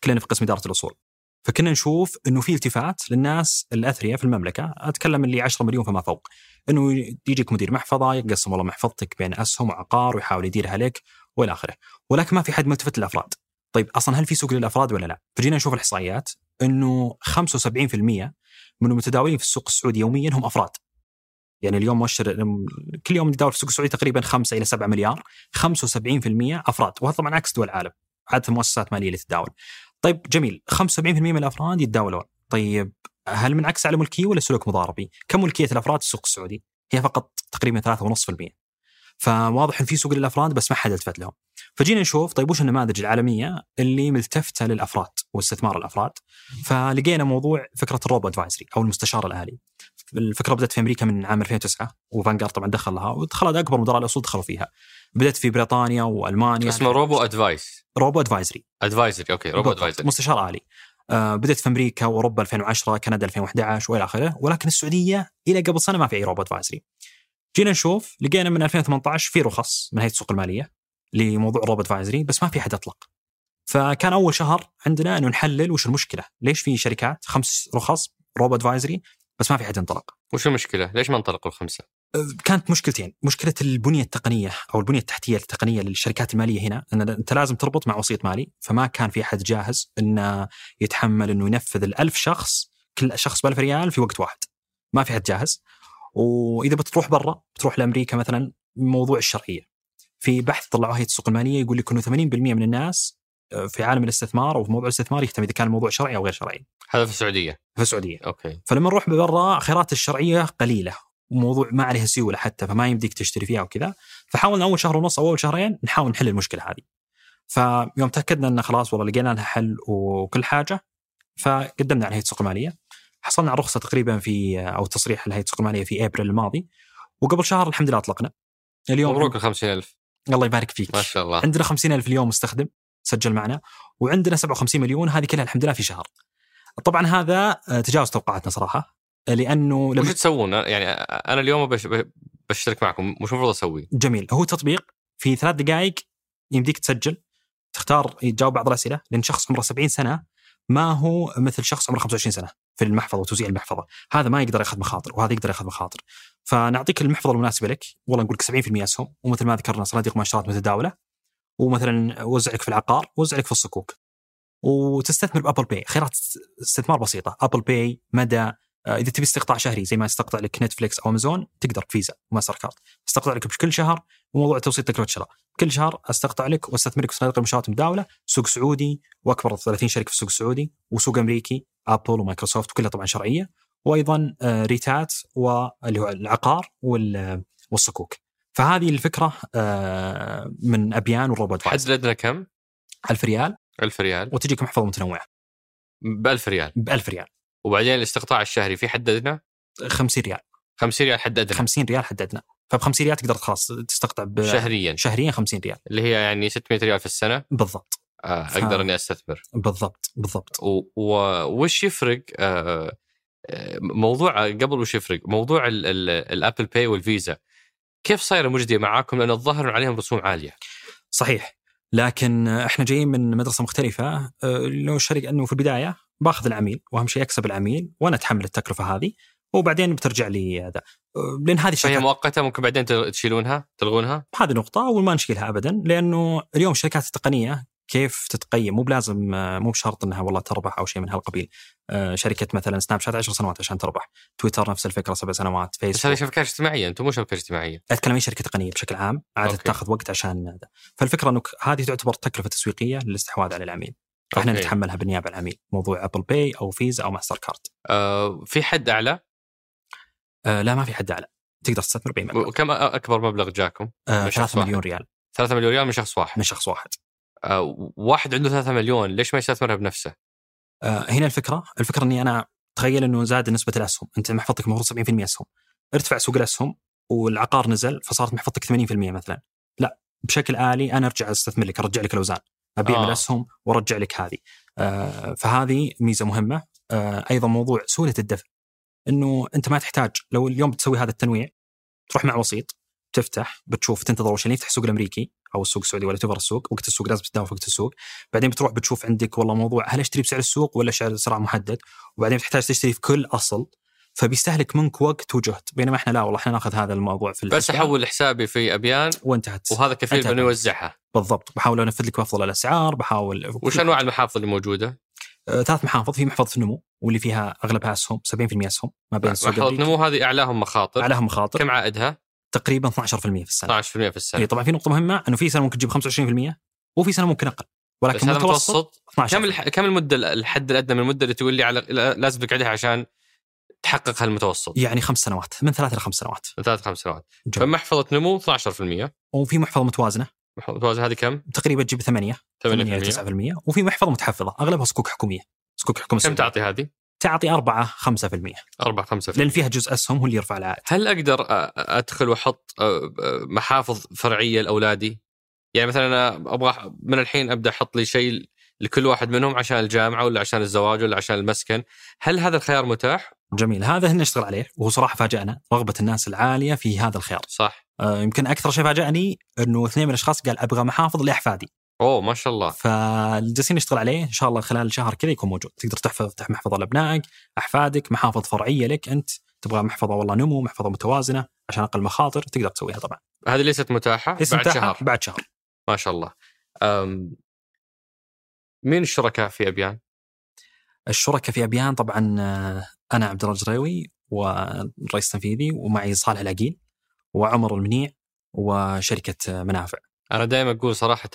كلنا في قسم إدارة الأصول. فكنا نشوف إنه في التفات للناس الأثرياء في المملكة، أتكلم اللي 10 مليون فما فوق، إنه يجيك مدير محفظة يقسم والله محفظتك بين أسهم وعقار ويحاول يديرها لك وإلى آخره، ولكن ما في حد ملتفت للأفراد. طيب أصلا هل في سوق للأفراد ولا لا؟ فجينا نشوف الإحصائيات إنه 75% من المتداولين في السوق السعودي يوميا هم أفراد. يعني اليوم مؤشر كل يوم يتداول في السوق السعودي تقريبا 5 إلى 7 مليار، 75% أفراد، وهذا طبعا عكس دول العالم عادة المؤسسات مالية اللي تتداول. طيب جميل، 75% من الأفراد يتداولون. طيب هل من عكس على ملكية ولا سلوك مضاربي؟ كم ملكية الأفراد في السوق السعودي؟ هي فقط تقريبا 3.5%. فواضح إن في سوق للأفراد بس ما حد التفت لهم. فجينا نشوف طيب وش النماذج العالمية اللي ملتفتة للأفراد واستثمار الأفراد. فلقينا موضوع فكرة الروبو أدفايزري أو المستشار الآلي. الفكرة بدأت في أمريكا من عام 2009 وفانغارد طبعا دخل لها ودخلت أكبر مدراء الأصول دخلوا فيها. بدأت في بريطانيا وألمانيا. اسمه روبو أدفايس. روبو أدفايزري. أوكي روبو أدفايزري. مستشار آلي. بدأت في أمريكا وأوروبا 2010، كندا 2011 وإلى آخره، ولكن السعودية إلى قبل سنة ما في أي روبو أدفايزري. جينا نشوف لقينا من 2018 في رخص من هيئة السوق المالية لموضوع روبو أدفايزري بس ما في حد أطلق. فكان أول شهر عندنا أنه نحلل وش المشكلة، ليش في شركات 5 رخص روبو أدفايزري بس ما في حد انطلق. وش المشكلة؟ ليش ما انطلقوا ال5؟ كانت مشكلتين، مشكلة البنية التقنية أو البنية التحتية التقنية للشركات المالية هنا، أن أنت لازم تربط مع وسيط مالي، فما كان في أحد جاهز أنه يتحمل أنه ينفذ 1000 شخص كل شخص ب1000 ريال في وقت واحد، ما في أحد جاهز. وإذا بتروح برا بتروح لأمريكا مثلا، موضوع الشرعية في بحث طلعوه هيئة السوق المالية يقول لك أنه 80% من الناس في عالم الاستثمار أو في موضوع الاستثمار يهتم إذا كان الموضوع شرعي أو غير شرعي. هذا في السعودية. في السعودية. أوكي. فلما نروح برا خيارات الشرعية قليلة وموضوع ما عليها سيولة حتى، فما يمديك تشتري فيها وكذا. فحاولنا أول شهر ونص أو أول شهرين نحاول نحل المشكلة هذه. فيوم تأكدنا أن خلاص والله لقينا لها حل وكل حاجة، فقدمنا على هيئة السوق المالية، حصلنا على رخصة تقريبا في أو تصريح لهيئة السوق المالية في أبريل الماضي، وقبل شهر الحمد لله أطلقنا. اليوم مبروك 50,000. الله يبارك فيك. ما شاء الله. عندنا 50,000 اليوم مستخدم سجل معنا، وعندنا 57 مليون، هذه كلها الحمد لله في شهر. طبعا هذا تجاوز توقعاتنا صراحة، لأنه وش تسوون؟ يعني أنا اليوم بشترك معكم، مش المفروض أسوي؟ جميل، هو تطبيق في 3 دقائق يمديك تسجل، تختار تجاوب بعض الأسئلة، لأن شخص عمره 70 سنة ما هو مثل شخص عمره 25 سنة في المحفظة وتوزيع المحفظة، هذا ما يقدر يأخذ مخاطر وهذا يقدر يأخذ مخاطر. فنعطيك المحفظة المناسبة لك، والله نقول لك 70% أسهم، ومثل ما ذكرنا صناديق مؤشرات متداولة، ومثلا وزع لك في العقار، وزع لك في الصكوك، وتستثمر بأبل باي. خيارات استثمار بسيطة، أبل باي، مدى، إذا تبي استقطاع شهري زي ما استقطع لك نتفليكس أو أمازون تقدر فيزا وماستر كارد، استقطع لك بكل شهر، وموضوع توصيل تكلفة شراء كل شهر استقطع لك واستثمر لك في صناديق المؤشرات المتداولة، سوق سعودي وأكبر 30 شركة في السوق السعودي، وسوق أمريكي أبل ومايكروسوفت وكلها طبعا شرعية، وأيضا ريتات واللي هو العقار والصكوك. فهذه الفكرة من أبيان والروبوت. حد الأدنى كم؟ 1000 ريال. 1000 ريال. وتجيك محفظة متنوعة ب1000 ريال. ب1000 ريال. وبعدين الاستقطاع الشهري في حد أدنى 50 ريال. 50 ريال حد أدنى. 50 ريال حد أدنى. فب50 ريال تقدر خلاص تستقطع شهريا 50 ريال، اللي هي يعني 600 ريال في السنة بالضبط. أقدر إني أستثمر. بالضبط. وش يفرق موضوع قبل، وش يفرق موضوع الأبل باي والفيزا؟ كيف صايرة مجدية معاكم؟ لأن الظاهر عليهم رسوم عالية. صحيح، لكن احنا جايين من مدرسة مختلفة. لو الشركة أنه في البداية باخذ العميل وأهم شيء يكسب العميل وأنا أتحمل التكلفة هذه، وبعدين بترجع لي هذا، لأن هذه فهي مؤقتة، ممكن بعدين تشيلونها تلغونها. هذه نقطة، وما نشيلها أبدا، لأنه اليوم الشركات التقنية كيف تتقيم؟ مو بلازم، مو بشرط أنها والله تربح أو شيء من هالقبيل. شركة مثلا سناب شات 10 سنوات عشان تربح، تويتر نفس الفكرة 7 سنوات، فيسبوك. بس هذه شبكة اجتماعية، أنتم مو شبكة اجتماعية. أتكلم عن شركة تقنية بشكل عام، عادة تأخذ وقت عشان هذا. فالفكرة أنه هذه تعتبر تكلفة تسويقية للاستحواذ على العميل، فإحنا نتحملها بالنيابة عن العميل، موضوع أبل باي أو فيزا أو ماستر كارد. في حد أعلى؟ لا ما في حد أعلى، تقدر تستثمر بأي مبلغ. كم أكبر مبلغ جاكم؟ 3 مليون ريال. 3 مليون ريال من شخص واحد. واحد عنده 3 مليون، ليش ما يستثمرها بنفسه؟ هنا الفكرة أني أنا تخيل أنه زاد نسبة الأسهم، أنت محفظتك مفروض 70% أسهم، ارتفع سوق الأسهم والعقار نزل فصارت محفظتك 80% مثلا، لا بشكل آلي أنا أرجع أستثمر لك، أرجع لك الأوزان، أبيع من الأسهم وأرجع لك هذه. فهذه ميزة مهمة. أيضا موضوع سهولة الدفع، أنه أنت ما تحتاج، لو اليوم بتسوي هذا التنويع تروح مع وسيط تفتح بتشوف تنتظر أول شيء يفتح السوق الأمريكي أو السوق السعودي ولا تفر السوق، وقت السوق لازم تداوم في وقت السوق. بعدين بتروح بتشوف عندك والله موضوع هل أشتري بسعر السوق ولا سعر محدد، وبعدين بتحتاج تشتري في كل أصل، فبيستهلك منك وقت وجهد. بينما احنا لا والله احنا ناخذ هذا الموضوع في بس احول حسابي في ابيان وانتهت، وهذا كفيل بانه يوزعها. بالضبط. بحاول انفذ لك بافضل الاسعار. بحاول. وش انواع المحافظ اللي موجوده؟ 3 محافظ. في محفظه النمو واللي فيها اغلبها اسهم 70% اسهم ما بين السوق. محفظه النمو هذه اعلاهم مخاطر. كم عائدها؟ تقريبا 12% في السنه. 12% في السنه. طبعا في نقطه مهمه انه في سنه ممكن تجيب 25% وفي سنه ممكن اقل، ولكن متوسط 12%. كم المده الحد الادنى من المده اللي تقول لي على لازم لك عليها عشان تحقق هالمتوسط؟ يعني 5 سنوات، من 3 إلى 5 سنوات. من 3 إلى 5 سنوات. فمحفظة نمو 12%. وفي محفظة متوازنة. متوازنة هذه كم؟ تقريبا تجيب 8 إلى 9%. وفي محفظة متحفظة أغلبها صكوك حكومية. صكوك حكومية. كم تعطي هذه؟ تعطي 4-5%. 4-5%. لأن فيها جزء أسهم هو اللي يرفع العائد. هل أقدر أدخل وأحط محافظ فرعية لأولادي؟ يعني مثلا أنا أبغى من الحين أبدأ أحط لي شيء لكل واحد منهم عشان الجامعة ولا عشان الزواج ولا عشان المسكن. هل هذا الخيار متاح؟ جميل. هذا هن نشتغل عليه، وهو صراحة فاجأنا رغبة الناس العالية في هذا الخيار. صح. يمكن أكثر شيء فاجأني أنه 2 من الأشخاص قال أبغى محافظ لأحفادي. أوه ما شاء الله. فالجالسين نشتغل عليه إن شاء الله خلال شهر كذا يكون موجود. تقدر تفتح محفظة لأبنائك أحفادك، محافظ فرعية لك أنت تبغى محفظة والله نمو، محفظة متوازنة عشان أقل مخاطر، تقدر تسويها طبعا. هذه ليست متاحة بعد شهر. ما شاء الله. مين الشركاء في أبيان؟ الشركاء في أبيان طبعا أنا عبد الله الجريوي والرئيس التنفيذي، ومعي صالح العقيل وعمر المنيع وشركة منافع. أنا دائما أقول صراحة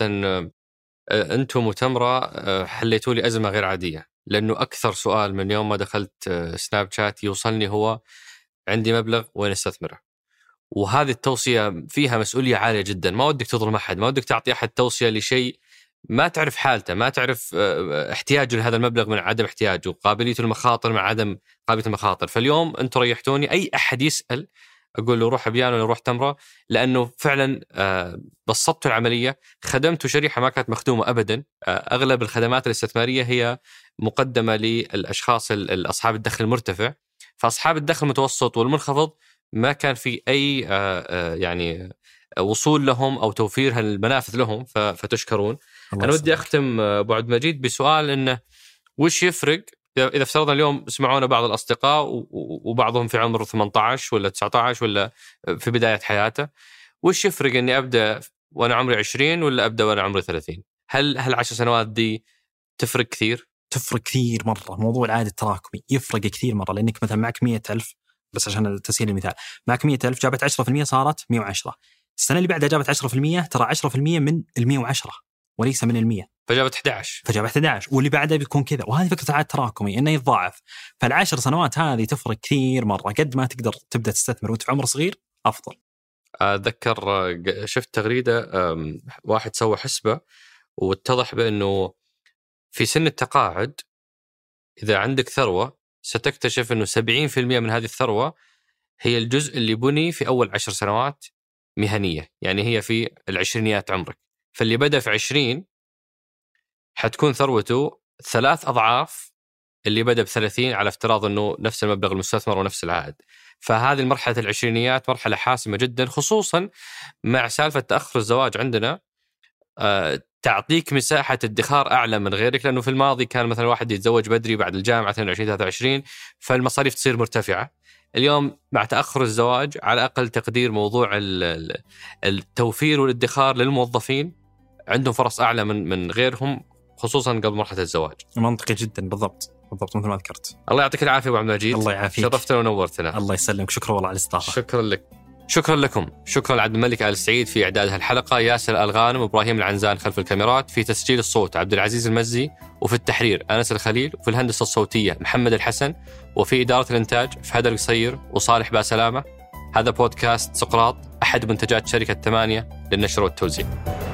أنتم وتمرة حليتوا لي أزمة غير عادية، لأنه أكثر سؤال من يوم ما دخلت سناب شات يوصلني هو عندي مبلغ وين استثمره. وهذه التوصية فيها مسؤولية عالية جدا. ما ودك تظلم أحد، ما ودك تعطي أحد توصية لشيء ما تعرف حالته، ما تعرف احتياجه لهذا المبلغ من عدم احتياجه، قابليته المخاطر مع عدم قابلية المخاطر. فاليوم أنتم ريحتوني. أي أحد يسأل أقول له روح أبيان ولا روح تمرة، لأنه فعلا بسطتوا العملية، خدمتوا شريحة ما كانت مخدومة أبدا. أغلب الخدمات الاستثمارية هي مقدمة للأشخاص أصحاب الدخل المرتفع، فأصحاب الدخل المتوسط والمنخفض ما كان في أي يعني وصول لهم أو توفير المنافذ لهم، فتشكرون. أنا ودي أختم أبو عبد المجيد بسؤال، إنه وش يفرق إذا افترضنا اليوم سمعونا بعض الأصدقاء وبعضهم في عمر 18 ولا 19 ولا في بداية حياته، وش يفرق إني أبدأ وأنا عمري 20 ولا أبدأ وأنا عمري 30؟ هل 10 سنوات دي تفرق كثير؟ تفرق كثير مرة. موضوع العائد التراكمي يفرق كثير مرة، لأنك مثلا معك 100,000، بس عشان تسهيل المثال معك 100,000 جابت 10% صارت 110. السنة اللي بعدها جابت 10%، ترى 10% من 110 وليس من 100، فجابت 11 واللي بعدها بيكون كذا. وهذه فكرة العائد التراكمي إنه يتضاعف. فال10 سنوات هذه تفرق كثير مرة. قد ما تقدر تبدأ تستثمر وانت في عمر صغير أفضل. أتذكر شفت تغريدة واحد سوى حسبة واتضح بأنه في سن التقاعد إذا عندك ثروة ستكتشف أنه 70% من هذه الثروة هي الجزء اللي بني في أول 10 سنوات مهنية، يعني هي في العشرينيات عمرك. فاللي بدأ في 20 حتكون ثروته 3 أضعاف اللي بدأ ب30، على افتراض أنه نفس المبلغ المستثمر ونفس العائد. فهذه المرحلة العشرينيات مرحلة حاسمة جدا، خصوصا مع سالفة تأخر الزواج عندنا. تعطيك مساحة ادخار أعلى من غيرك، لأنه في الماضي كان مثلا واحد يتزوج بدري بعد الجامعة 22-23 فالمصاريف تصير مرتفعة. اليوم مع تأخر الزواج على أقل تقدير موضوع التوفير والادخار للموظفين عندهم فرص أعلى من غيرهم، خصوصا قبل مرحلة الزواج. منطقي جدا. بالضبط مثل ما ذكرت. الله يعطيك العافية أبو عبد المجيد. الله يعافيك. شرفتنا ونورتنا. الله يسلمك. شكرا والله على الاستضافة. شكرا لك. شكرا لكم. شكرا لعبد الملك آل سعيد في إعداد هالحلقة، ياسر الغانم وإبراهيم العنزان خلف الكاميرات، في تسجيل الصوت عبد العزيز المزي، وفي التحرير أنس الخليل، وفي الهندسة الصوتية محمد الحسن، وفي إدارة الإنتاج فهد القصير وصالح باسلامة. هذا بودكاست سقراط، أحد منتجات شركة 8 للنشر والتوزيع.